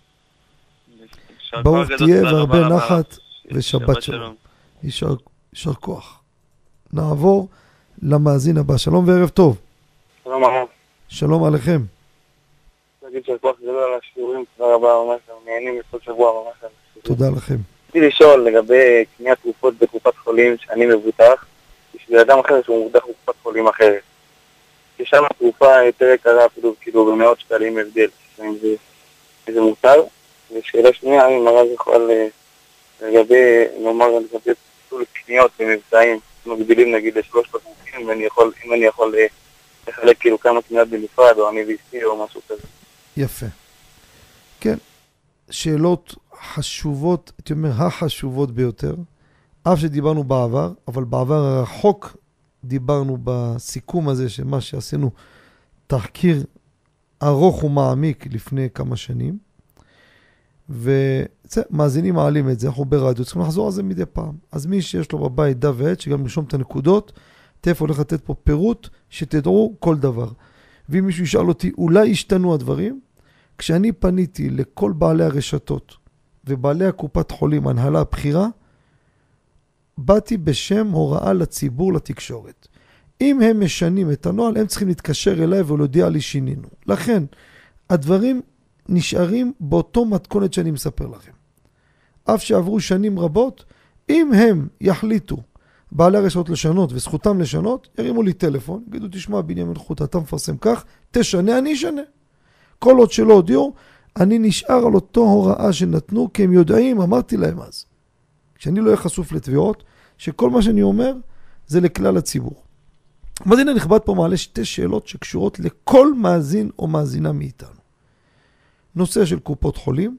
ברוך תהיה והרבה נחת ושבת שלום. יישר כוח. נעבור למאזין הבא. שלום וערב טוב. שלום הרב. שלום עליכם. להגיד שכוח גדול על השיעורים, תודה רבה ממש, נהנים לכל שבוע ממש. תודה לכם. רציתי לשאול לגבי קניית תרופות בקופת חולים שאני מבוטח, בשביל אדם אחר שהוא מבוטח בקופת חולים אחרת. ששם התרופה יותר יקרה אפילו כאילו במאות שקלים הבדל, אם זה, זה מותר. ושאלה שנייה, אם הרב יכול לגבי, נאמר, לגבי פיצול קניות במבצעים, מגבילים נגיד לשלושת החוקים, ואני יכול, אם אני יכול לחלק כאילו כמה קניות בנפרד, או אני ואשתי או משהו כזה. יפה. כן, שאלות חשובות, הייתי אומר, החשובות ביותר, אף שדיברנו בעבר, אבל בעבר הרחוק דיברנו בסיכום הזה, שמה שעשינו תחקיר ארוך ומעמיק לפני כמה שנים, ומאזינים מעלים את זה, אנחנו ברדיו, צריכים לחזור על זה מדי פעם. אז מי שיש לו בבית דף ועט, שגם נרשום את הנקודות, תכף הולך לתת פה פירוט, שתדעו כל דבר. ואם מישהו ישאל אותי, אולי השתנו הדברים? כשאני פניתי לכל בעלי הרשתות, ובעלי הקופת חולים, הנהלה הבחירה, באתי בשם הוראה לציבור, לתקשורת. אם הם משנים את הנוהל, הם צריכים להתקשר אליי ולהודיע לי שינינו. לכן, הדברים נשארים באותו מתכונת שאני מספר לכם. אף שעברו שנים רבות, אם הם יחליטו בעלי הרשתות לשנות וזכותם לשנות, ירימו לי טלפון, יגידו, תשמע, בנימין חוטה, אתה מפרסם כך, תשנה, אני אשנה. כל עוד שלא הודיעו, אני נשאר על אותו הוראה שנתנו, כי הם יודעים, אמרתי להם אז, כשאני לא אהיה חשוף לתביעות, שכל מה שאני אומר זה לכלל הציבור. המאזין הנכבד פה מעלה שתי שאלות שקשורות לכל מאזין או מאזינה מאיתנו. נושא של קופות חולים,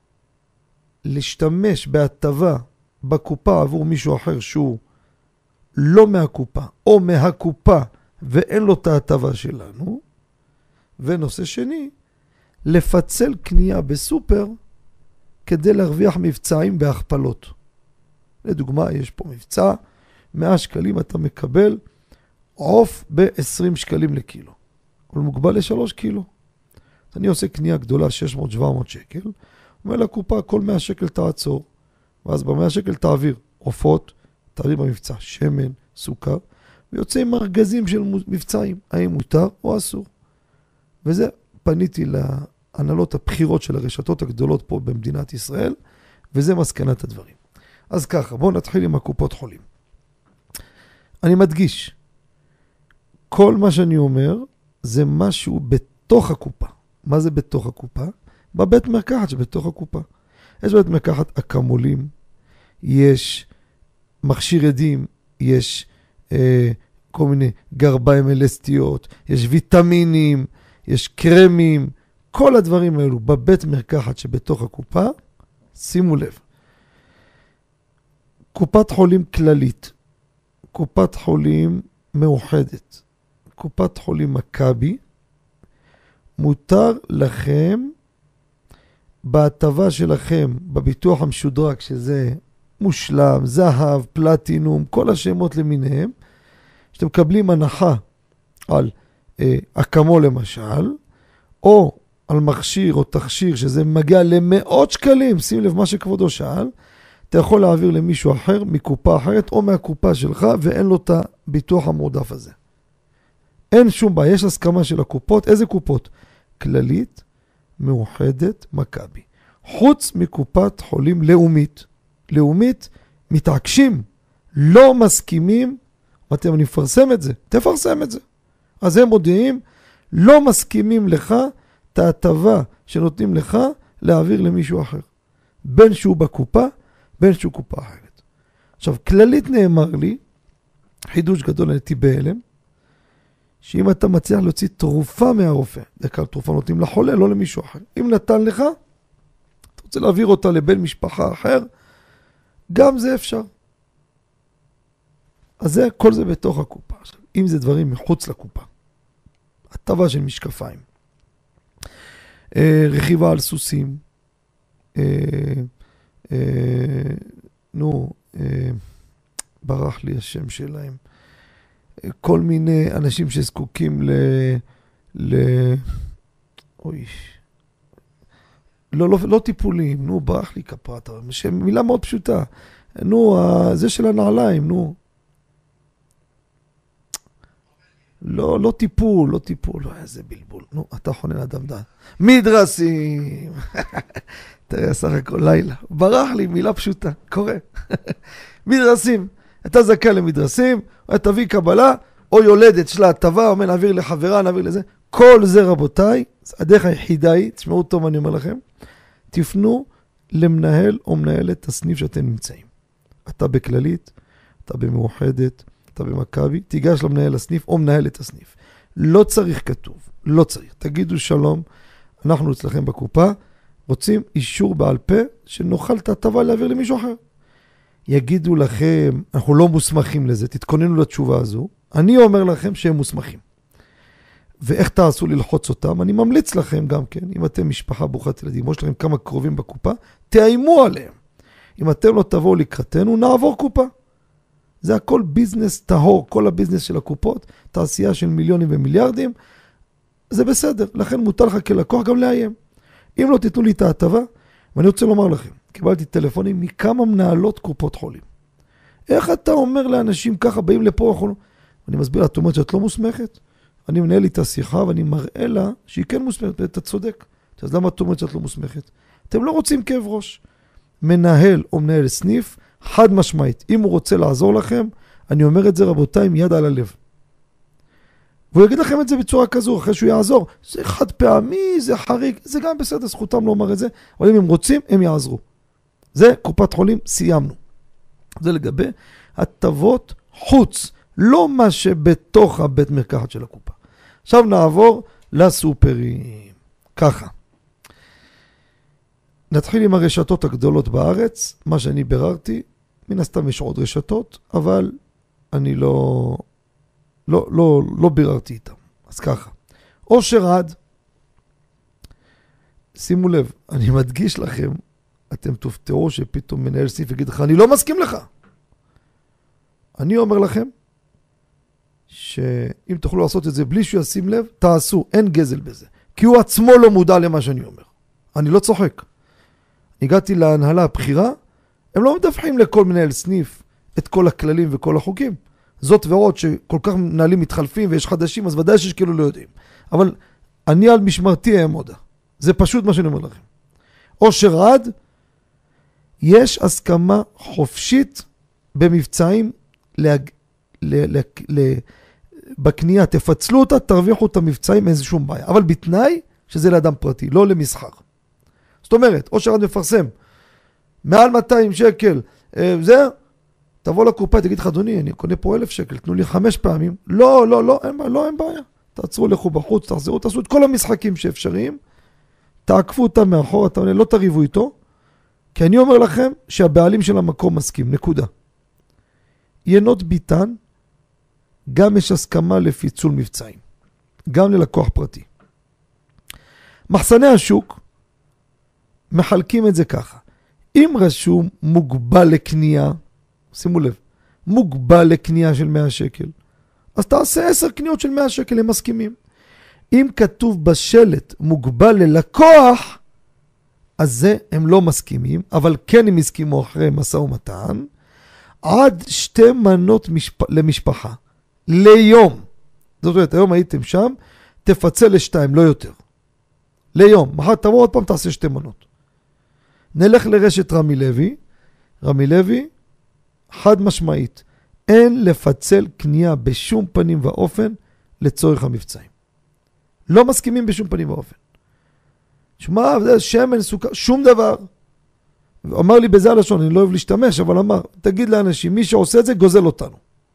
להשתמש בהטבה בקופה עבור מישהו אחר שהוא לא מהקופה או מהקופה ואין לו את ההטבה שלנו, ונושא שני, לפצל קנייה בסופר כדי להרוויח מבצעים בהכפלות. לדוגמה, יש פה מבצע, מאה שקלים אתה מקבל עוף ב-עשרים שקלים לקילו. הוא מוגבל ל-שלוש קילו. אני עושה קנייה גדולה, שש מאות שבע מאות שקל, אומר לקופה, כל מאה שקל תעצור, ואז ב-מאה שקל תעביר. עופות, תארי במבצע, שמן, סוכר, ויוצא עם ארגזים של מבצעים, האם מותר או אסור. וזה פניתי להנהלות הבחירות של הרשתות הגדולות פה במדינת ישראל, וזה מסקנת הדברים. אז ככה, בואו נתחיל עם הקופות חולים. אני מדגיש, כל מה שאני אומר זה משהו בתוך הקופה. מה זה בתוך הקופה? בבית מרקחת שבתוך הקופה. יש בבית מרקחת אקמולים, יש מכשיר עדים, יש אה, כל מיני גרביים אלסטיות, יש ויטמינים, יש קרמים, כל הדברים האלו בבית מרקחת שבתוך הקופה, שימו לב. קופת חולים כללית, קופת חולים מאוחדת, קופת חולים מכבי, מותר לכם בהטבה שלכם בביטוח המשודרג, שזה מושלם, זהב, פלטינום, כל השמות למיניהם, שאתם מקבלים הנחה על אה, אקמו למשל, או על מכשיר או תכשיר שזה מגיע למאות שקלים, שים לב מה שכבודו שאל, אתה יכול להעביר למישהו אחר מקופה אחרת או מהקופה שלך, ואין לו את הביטוח המועדף הזה. אין שום בעיה, יש הסכמה של הקופות. איזה קופות? כללית, מאוחדת, מכבי. חוץ מקופת חולים לאומית. לאומית, מתעקשים, לא מסכימים, ואתם אני מפרסם את זה, תפרסם את זה. אז הם מודיעים, לא מסכימים לך את ההטבה שנותנים לך להעביר למישהו אחר. בין שהוא בקופה, בין שהוא קופה אחרת. עכשיו, כללית נאמר לי, חידוש גדול הייתי בהלם, שאם אתה מצליח להוציא תרופה מהרופא, זה כאן תרופה נותנים לחולה, לא למישהו אחר. אם נתן לך, אתה רוצה להעביר אותה לבן משפחה אחר, גם זה אפשר. אז זה, כל זה בתוך הקופה. עכשיו, אם זה דברים מחוץ לקופה, הטבה של משקפיים, אה, רכיבה על סוסים, אה, אה, נו, אה, ברח לי השם שלהם, אה, כל מיני אנשים שזקוקים ל... ל... אוי... לא, לא, לא טיפולים, נו, ברח לי כפרת, מילה מאוד פשוטה. נו, זה של הנעליים, נו. לא, לא טיפול, לא טיפול, לא, איזה בלבול. נו, אתה חונן אדם דעת. מדרסים. תראה, סך הכל לילה. ברח לי, מילה פשוטה, קורה. מדרסים. אתה זכאי למדרסים, או תביא קבלה, או יולדת שלה הטבה, אומר נעביר לחברה, נעביר לזה. כל זה רבותיי, הדרך היחידה היא, תשמעו טוב אני אומר לכם, תפנו למנהל או מנהלת הסניף שאתם נמצאים. אתה בכללית, אתה במאוחדת, אתה במכבי, תיגש למנהל הסניף או מנהלת הסניף. לא צריך כתוב, לא צריך. תגידו שלום, אנחנו אצלכם בקופה, רוצים אישור בעל פה שנוכל את ההטבה להעביר למישהו אחר. יגידו לכם, אנחנו לא מוסמכים לזה, תתכוננו לתשובה הזו. אני אומר לכם שהם מוסמכים. ואיך תעשו ללחוץ אותם? אני ממליץ לכם גם כן, אם אתם משפחה ברוכת ילדים, או יש לכם כמה קרובים בקופה, תאיימו עליהם. אם אתם לא תבואו לקראתנו, נעבור קופה. זה הכל ביזנס טהור, כל הביזנס של הקופות, תעשייה של מיליונים ומיליארדים, זה בסדר. לכן מותר לך כלקוח גם לאיים. אם לא תיתנו לי את ההטבה, ואני רוצה לומר לכם, קיבלתי טלפונים מכמה מנהלות קופות חולים. איך אתה אומר לאנשים ככה, באים לפה, אנחנו... אני מסביר, את אומרת שאת לא מוסמכת? אני מנהל לי את השיחה ואני מראה לה שהיא כן מוסמכת, אתה צודק. אז למה את אומרת שאת לא מוסמכת? אתם לא רוצים כאב ראש. מנהל או מנהל סניף, חד משמעית. אם הוא רוצה לעזור לכם, אני אומר את זה רבותיי עם יד על הלב. והוא יגיד לכם את זה בצורה כזו, אחרי שהוא יעזור. זה חד פעמי, זה חריג, זה גם בסדר, זכותם לומר את זה. אבל אם הם רוצים, הם יעזרו. זה קופת חולים, סיימנו. זה לגבי הטבות חוץ, לא מה שבתוך הבית מרקחת של הקופה. עכשיו נעבור לסופרים. ככה. נתחיל עם הרשתות הגדולות בארץ, מה שאני ביררתי, מן הסתם יש עוד רשתות, אבל אני לא, לא, לא, לא ביררתי איתם. אז ככה. אושר עד, שימו לב, אני מדגיש לכם, אתם תופתעו שפתאום מנהל סניף יגיד לך, אני לא מסכים לך. אני אומר לכם, שאם תוכלו לעשות את זה בלי שהוא ישים לב, תעשו, אין גזל בזה. כי הוא עצמו לא מודע למה שאני אומר. אני לא צוחק. הגעתי להנהלה הבחירה, הם לא מדווחים לכל מנהל סניף את כל הכללים וכל החוקים. זאת ועוד שכל כך מנהלים מתחלפים ויש חדשים, אז ודאי שיש כאילו לא יודעים. אבל אני על משמרתי אעמודה. זה פשוט מה שאני אומר לכם. אושר עד, יש הסכמה חופשית במבצעים להג... ל... ל... ל... בקנייה, תפצלו אותה, תרוויחו את המבצעים, אין שום בעיה. אבל בתנאי שזה לאדם פרטי, לא למסחר. זאת אומרת, אושר עד מפרסם, מעל מאתיים שקל, אה, זה, תבוא לקופה, תגיד לך, אדוני, אני קונה פה אלף שקל, תנו לי חמש פעמים. לא, לא, לא, אין, לא, אין בעיה. תעצרו, לכו בחוץ, תחזרו, תעשו את כל המשחקים שאפשריים, תעקפו אותם מאחור, אתה לא תריבו איתו, כי אני אומר לכם שהבעלים של המקום מסכים, נקודה. ינות ביטן, גם יש הסכמה לפיצול מבצעים, גם ללקוח פרטי. מחסני השוק, מחלקים את זה ככה. אם רשום מוגבל לקנייה, שימו לב, מוגבל לקנייה של מאה שקל, אז תעשה עשר קניות של מאה שקל, הם מסכימים. אם כתוב בשלט מוגבל ללקוח, אז זה הם לא מסכימים, אבל כן הם הסכימו אחרי משא ומתן, עד שתי מנות משפ... למשפחה, ליום. זאת אומרת, היום הייתם שם, תפצל לשתיים, לא יותר. ליום, מחר תבוא עוד פעם, תעשה שתי מנות. נלך לרשת רמי לוי, רמי לוי, חד משמעית, אין לפצל קנייה בשום פנים ואופן לצורך המבצעים. לא מסכימים בשום פנים ואופן. שמה, זה שמן, סוכר, שום דבר. אמר לי בזה הלשון, אני לא אוהב להשתמש, אבל אמר, תגיד לאנשים, מי שעושה את זה גוזל אותנו.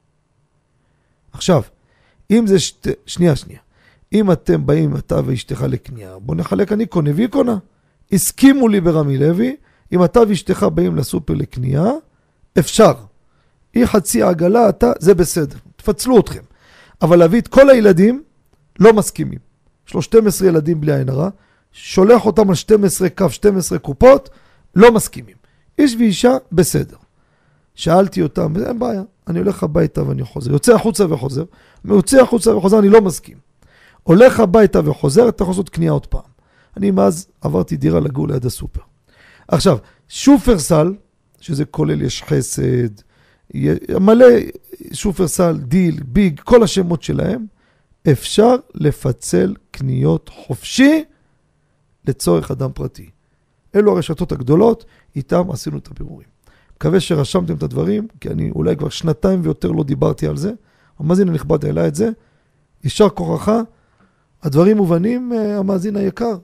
עכשיו, אם זה שת... שנייה, שנייה. אם אתם באים, אתה ואשתך לקנייה, בוא נחלק, אני קונה והיא קונה. הסכימו לי ברמי לוי, אם אתה ואשתך באים לסופר לקנייה, אפשר. היא חצי עגלה, אתה, זה בסדר. תפצלו אתכם. אבל להביא את כל הילדים, לא מסכימים. יש לו שתים עשרה ילדים בלי עין הרע, שולח אותם על שתים עשרה קו, שתים עשרה קופות, לא מסכימים. איש ואישה, בסדר. שאלתי אותם, אין בעיה, אני הולך הביתה ואני חוזר. יוצא החוצה וחוזר, יוצא החוצה וחוזר, אני לא מסכים. הולך הביתה וחוזר, אתה יכול לעשות קנייה עוד פעם. אני מאז עברתי דירה לגור ליד הסופר. עכשיו, שופרסל, שזה כולל יש חסד, מלא שופרסל, דיל, ביג, כל השמות שלהם, אפשר לפצל קניות חופשי לצורך אדם פרטי. אלו הרשתות הגדולות, איתם עשינו את הבירורים. מקווה שרשמתם את הדברים, כי אני אולי כבר שנתיים ויותר לא דיברתי על זה. המאזין הנכבד העלה את זה. ישר כוחך, הדברים מובנים, המאזין היקר.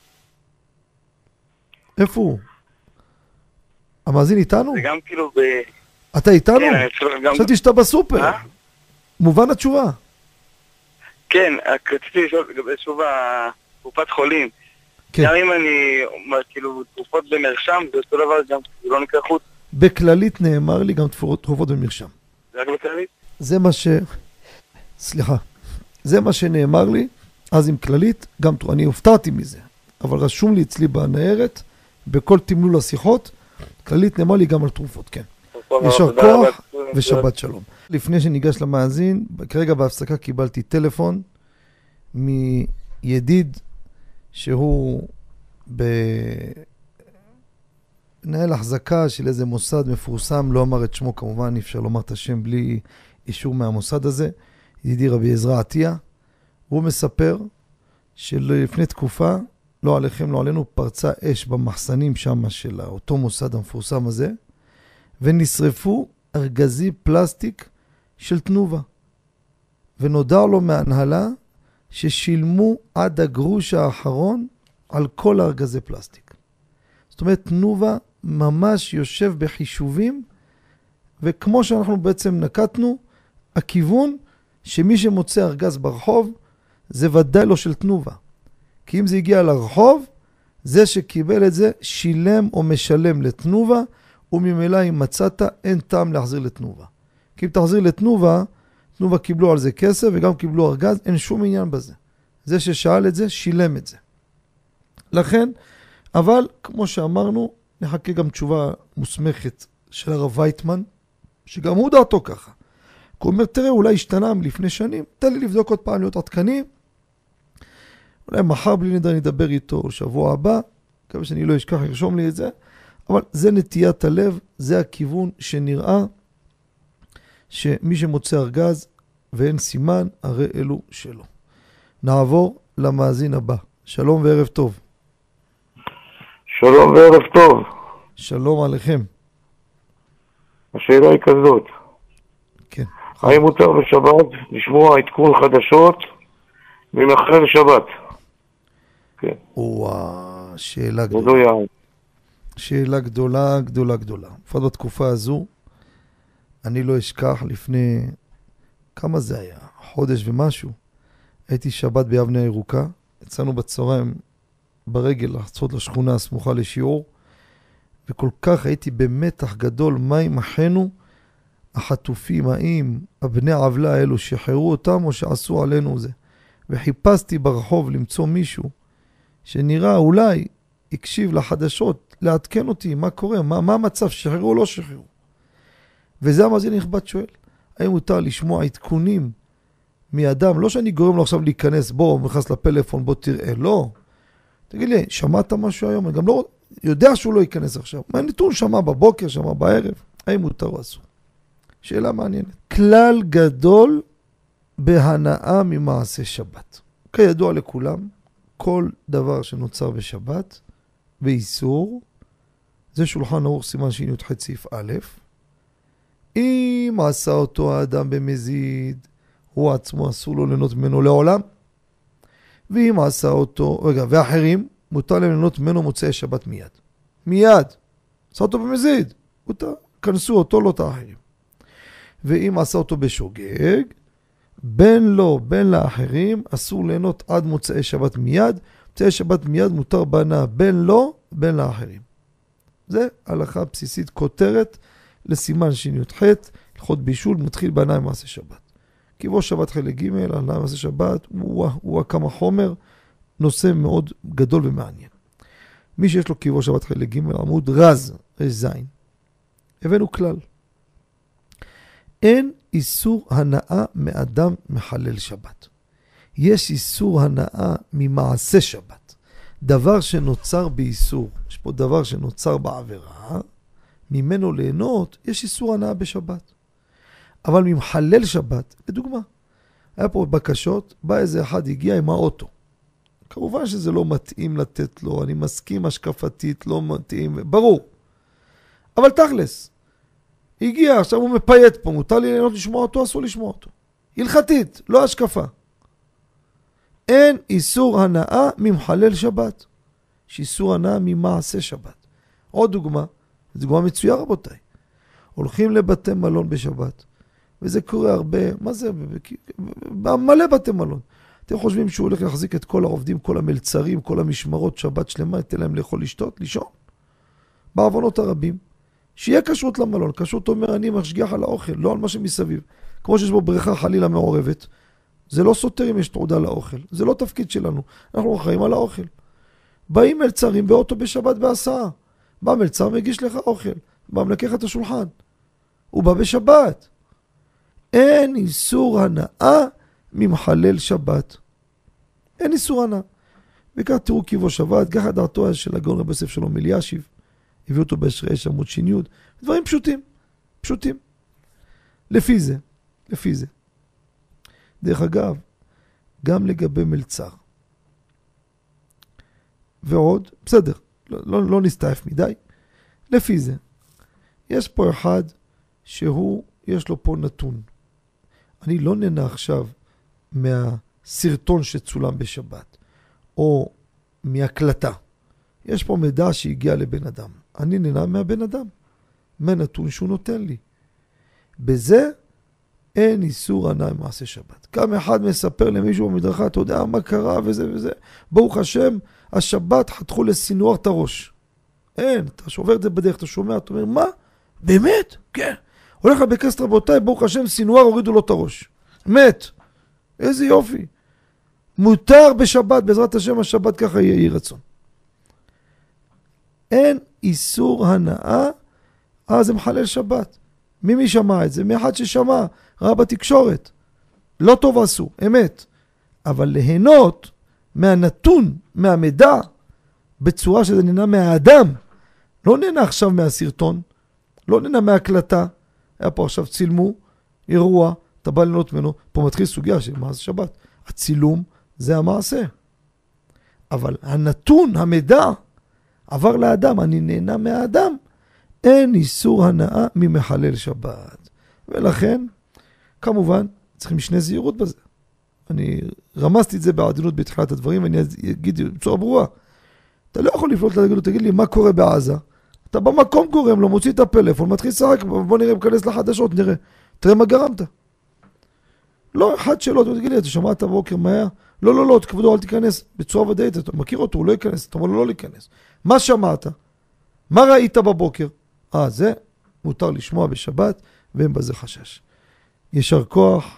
איפה הוא? המאזין איתנו? זה גם כאילו ב... אתה איתנו? כן, גם... חשבתי שאתה בסופר. אה? מובן התשובה. כן, רציתי לשאול לגבי שוב קופת חולים. כן. גם אם אני, כאילו, תרופות במרשם, זה אותו דבר, גם זה לא נקרא חוץ. בכללית נאמר לי גם תרופות במרשם. זה רק בכללית? זה מה ש... סליחה. זה מה שנאמר לי, אז עם כללית, גם אני הופתעתי מזה. אבל רשום לי אצלי בניירת, בכל תמלול השיחות, כללית נאמר לי גם על תרופות, כן. ישר כוח ושבת שלום. לפני שניגש למאזין, כרגע בהפסקה קיבלתי טלפון מידיד שהוא בנהל החזקה של איזה מוסד מפורסם, לא אמר את שמו כמובן, אי אפשר לומר את השם בלי אישור מהמוסד הזה, ידידי רבי עזרא עטיה, הוא מספר שלפני תקופה, לא עליכם, לא עלינו, פרצה אש במחסנים שם של אותו מוסד המפורסם הזה, ונשרפו ארגזי פלסטיק של תנובה. ונודע לו מהנהלה ששילמו עד הגרוש האחרון על כל הארגזי פלסטיק. זאת אומרת, תנובה ממש יושב בחישובים, וכמו שאנחנו בעצם נקטנו, הכיוון שמי שמוצא ארגז ברחוב, זה ודאי לא של תנובה. כי אם זה הגיע לרחוב, זה שקיבל את זה שילם או משלם לתנובה, וממילא אם מצאת, אין טעם להחזיר לתנובה. כי אם תחזיר לתנובה, תנובה קיבלו על זה כסף וגם קיבלו ארגז, אין שום עניין בזה. זה ששאל את זה, שילם את זה. לכן, אבל כמו שאמרנו, נחכה גם תשובה מוסמכת של הרב וייטמן, שגם הוא דעתו ככה. הוא אומר, תראה, אולי השתנה מלפני שנים, תן לי לבדוק עוד פעם להיות עדכני, אולי מחר בלי נדר נדבר איתו, או שבוע הבא, מקווה שאני לא אשכח, ירשום לי את זה, אבל זה נטיית הלב, זה הכיוון שנראה שמי שמוצא ארגז ואין סימן, הרי אלו שלו. נעבור למאזין הבא. שלום וערב טוב. שלום וערב טוב. שלום עליכם. השאלה היא כזאת. כן. האם מותר בשבת לשמוע עדכון חדשות ממחלל שבת? כן. וואה, שאלה גדולה. שאלה גדולה, גדולה, גדולה. לפחות בתקופה הזו, אני לא אשכח לפני, כמה זה היה? חודש ומשהו. הייתי שבת ביבנה הירוקה, יצאנו בצהריים ברגל לחצות לשכונה הסמוכה לשיעור, וכל כך הייתי במתח גדול, מה עם אחינו החטופים, האם הבני עוולה האלו שחררו אותם או שעשו עלינו זה. וחיפשתי ברחוב למצוא מישהו שנראה אולי הקשיב לחדשות, לעדכן אותי מה קורה, מה, מה המצב, שחררו או לא שחררו. וזה המאזין הנכבד שואל, האם מותר לשמוע עדכונים מאדם, לא שאני גורם לו עכשיו להיכנס, בוא, נכנס לפלאפון, בוא תראה, לא. תגיד לי, שמעת משהו היום? אני גם לא יודע שהוא לא ייכנס עכשיו. מה נתון שמע בבוקר, שמע בערב? האם מותר או אסור? שאלה מעניינת. כלל גדול בהנאה ממעשה שבת. כידוע לכולם, כל דבר שנוצר בשבת, באיסור, זה שולחן ערוך סימן שי"ח סעיף א', אם עשה אותו האדם במזיד, הוא עצמו אסור לו ליהנות ממנו לעולם, ואם עשה אותו, רגע, ואחרים, מותר להם ליהנות ממנו מוצאי שבת מיד. מיד. עשה אותו במזיד, מותר, כנסו אותו, לא את האחרים. ואם עשה אותו בשוגג, בין לו, בין לאחרים, אסור ליהנות עד מוצאי שבת מיד, מוצאי שבת מיד מותר בהנאה בין לו, בין לאחרים. זה הלכה בסיסית כותרת לסימן שי"ח, הלכות בישול, מתחיל בהנאה ממעשה שבת. קיבו שבת חלק ג', הנאה ממעשה שבת, הוא, הוא כמה חומר, נושא מאוד גדול ומעניין. מי שיש לו קיבו שבת חלק ג', עמוד רז, זין. הבאנו כלל. אין איסור הנאה מאדם מחלל שבת. יש איסור הנאה ממעשה שבת. דבר שנוצר באיסור, יש פה דבר שנוצר בעבירה, ממנו ליהנות, יש איסור הנאה בשבת. אבל ממחלל שבת, לדוגמה, היה פה בקשות, בא איזה אחד, הגיע עם האוטו. כמובן שזה לא מתאים לתת לו, אני מסכים השקפתית, לא מתאים, ברור. אבל תכלס, הגיע, עכשיו הוא מפייט פה, מותר לי ליהנות לשמוע אותו, אסור לשמוע אותו. הלכתית, לא השקפה. אין איסור הנאה ממחלל שבת. יש איסור הנאה ממעשה שבת. עוד דוגמה, דוגמה מצויה רבותיי. הולכים לבתי מלון בשבת, וזה קורה הרבה, מה זה? מלא בתי מלון. אתם חושבים שהוא הולך להחזיק את כל העובדים, כל המלצרים, כל המשמרות, שבת שלמה, יתן להם לאכול לשתות, לישון? בעוונות הרבים. שיהיה כשרות למלון. כשרות אומר, אני משגיח על האוכל, לא על מה שמסביב. כמו שיש בו בריכה חלילה מעורבת. זה לא סותר אם יש תעודה לאוכל. זה לא תפקיד שלנו. אנחנו חיים על האוכל. באים מלצרים באוטו בשבת בהסעה. בא מלצר מגיש לך אוכל. בא מלקח את השולחן. הוא בא בשבת. אין איסור הנאה ממחלל שבת. אין איסור הנאה. וכך תראו קיבו שבת, ככה דעתו של הגאון רבי יוסף שלום אלישיב. הביאו אותו בשרש עמוד שי"י. דברים פשוטים. פשוטים. לפי זה. לפי זה. דרך אגב, גם לגבי מלצר. ועוד, בסדר, לא, לא, לא נסתעף מדי. לפי זה. יש פה אחד שהוא, יש לו פה נתון. אני לא נהנה עכשיו מהסרטון שצולם בשבת, או מהקלטה. יש פה מידע שהגיע לבן אדם. אני נהנה מהבן אדם. מהנתון שהוא נותן לי. בזה אין איסור הנאה ממעשה שבת. גם אחד מספר למישהו במדרכה, אתה יודע מה קרה וזה וזה. ברוך השם, השבת חתכו לסינואר את הראש. אין, אתה שובר את זה בדרך, אתה שומע, אתה אומר, מה? באמת? כן. הולך לבקסת רבותיי, ברוך השם, סינואר הורידו לו את הראש. מת. איזה יופי. מותר בשבת, בעזרת השם השבת ככה יהיה יהי רצון. אין איסור הנאה, אז זה מחלל שבת. מי מי שמע את זה? מאחד ששמע, ראה בתקשורת. לא טוב עשו, אמת. אבל ליהנות מהנתון, מהמידע, בצורה שזה נהנה מהאדם, לא נהנה עכשיו מהסרטון, לא נהנה מהקלטה, היה פה עכשיו צילמו, אירוע, אתה בא לנות ממנו, פה מתחיל סוגיה של מעשה שבת. הצילום זה המעשה. אבל הנתון, המידע, עבר לאדם, אני נהנה מהאדם, אין איסור הנאה ממחלל שבת. ולכן, כמובן, צריכים משנה זהירות בזה. אני רמזתי את זה בעדינות בתחילת הדברים, ואני אגיד בצורה ברורה. אתה לא יכול לפנות להגיד לו, תגיד לי, מה קורה בעזה? אתה במקום גורם, לא מוציא את הפלאפון, מתחיל לשחק, בוא נראה, מכנס לחדשות, נראה. תראה מה גרמת. לא, אחד שאלות, תגיד לי, אתה שמעת בבוקר, מה היה? לא, לא, לא, תכבדו, אל תיכנס. בצורה ודאית, אתה מכיר אותו, הוא לא ייכנס, אתה אומר לו לא להיכנס. מה שמעת? מה ראית בבוקר? אה, זה מותר לשמוע בשבת, ואין בזה חשש. ישר כוח,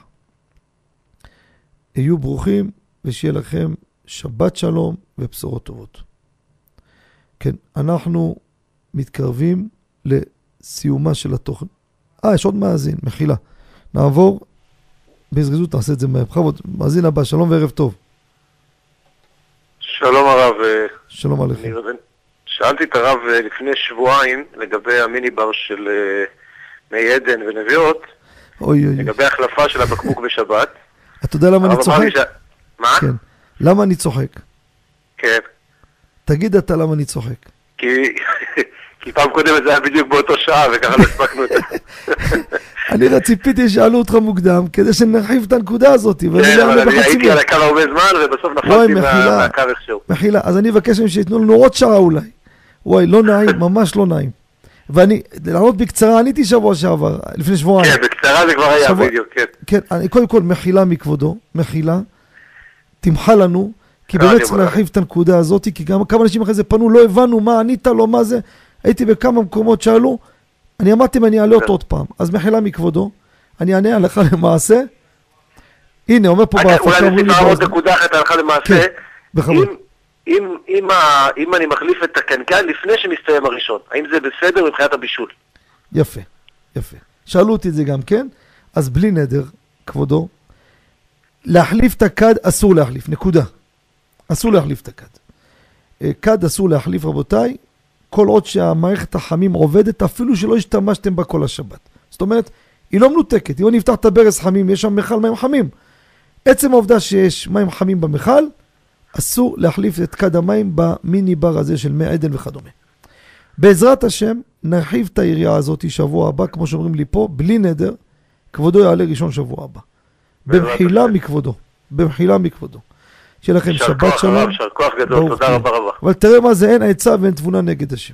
היו ברוכים, ושיהיה לכם שבת שלום ובשורות טובות. כן, אנחנו מתקרבים לסיומה של התוכן. אה, יש עוד מאזין, מחילה. נעבור, בזריזות נעשה את זה מהבחרות. מאזין הבא, שלום וערב טוב. שלום הרב. שלום עליכם. שאלתי את הרב לפני שבועיים לגבי המיני בר של מי עדן ונביאות, אוי אוי. לגבי החלפה של הבקבוק בשבת. אתה יודע למה אני צוחק? ש... מה? כן. למה אני צוחק? כן. תגיד אתה למה אני צוחק. כי... כי פעם קודמת זה היה בדיוק באותו שעה, וככה לא הספקנו את זה. אני רציפיתי שאלו אותך מוקדם, כדי שנרחיב את הנקודה הזאת. כן, אבל אני הייתי על הקו הרבה זמן, ובסוף נפלתי מהקו איכשהו. מחילה, אז אני אבקש להם שיתנו לנו עוד שעה אולי. וואי, לא נעים, ממש לא נעים. ואני, לענות בקצרה, עניתי שבוע שעבר, לפני שבועיים. כן, בקצרה זה כבר היה בדיוק, כן. כן, אני קודם כל מחילה מכבודו, מחילה, תמחה לנו, כי באמת צריך להרחיב את הנקודה הזאת, כי גם כמה אנשים אחרי זה פנו, לא הבנו מה ענית לו, מה זה. הייתי בכמה מקומות שאלו, אני אמרתי ואני אעלה אותו עוד פעם, אז מחילה מכבודו, אני אענה הלכה למעשה, הנה, אומר פה בהפקה, אולי נסיפה עוד נקודה אחת הלכה למעשה, אם אני מחליף את הקנקן לפני שמסתיים הראשון, האם זה בסדר מבחינת הבישול? יפה, יפה. שאלו אותי את זה גם כן, אז בלי נדר, כבודו, להחליף את הקד אסור להחליף, נקודה. אסור להחליף את הקד. קד אסור להחליף, רבותיי, כל עוד שהמערכת החמים עובדת, אפילו שלא השתמשתם בה כל השבת. זאת אומרת, היא לא מנותקת. אם אני אפתח את הברז חמים, יש שם מחל מים חמים. עצם העובדה שיש מים חמים במחל, אסור להחליף את קד המים במיני בר הזה של מי עדן וכדומה. בעזרת השם, נרחיב את היריעה הזאת שבוע הבא, כמו שאומרים לי פה, בלי נדר, כבודו יעלה ראשון שבוע הבא. במחילה מכבודו. במחילה מכבודו. שיהיה לכם שבת שלום. שר כוח גדול, תודה רבה רבה. אבל תראה מה זה, אין עצה ואין תבונה נגד השם.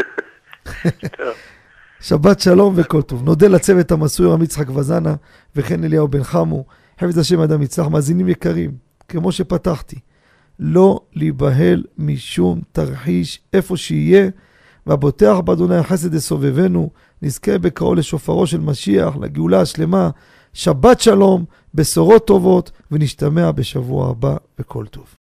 שבת שלום וכל טוב. נודה לצוות המסור רמי יצחק וזנה וכן אליהו בן חמו. חפץ השם אדם יצלח. מאזינים יקרים, כמו שפתחתי, לא להיבהל משום תרחיש איפה שיהיה, והבוטח באדוני החסד יסובבנו, נזכה בקראו לשופרו של משיח, לגאולה השלמה. שבת שלום, בשורות טובות, ונשתמע בשבוע הבא וכל טוב.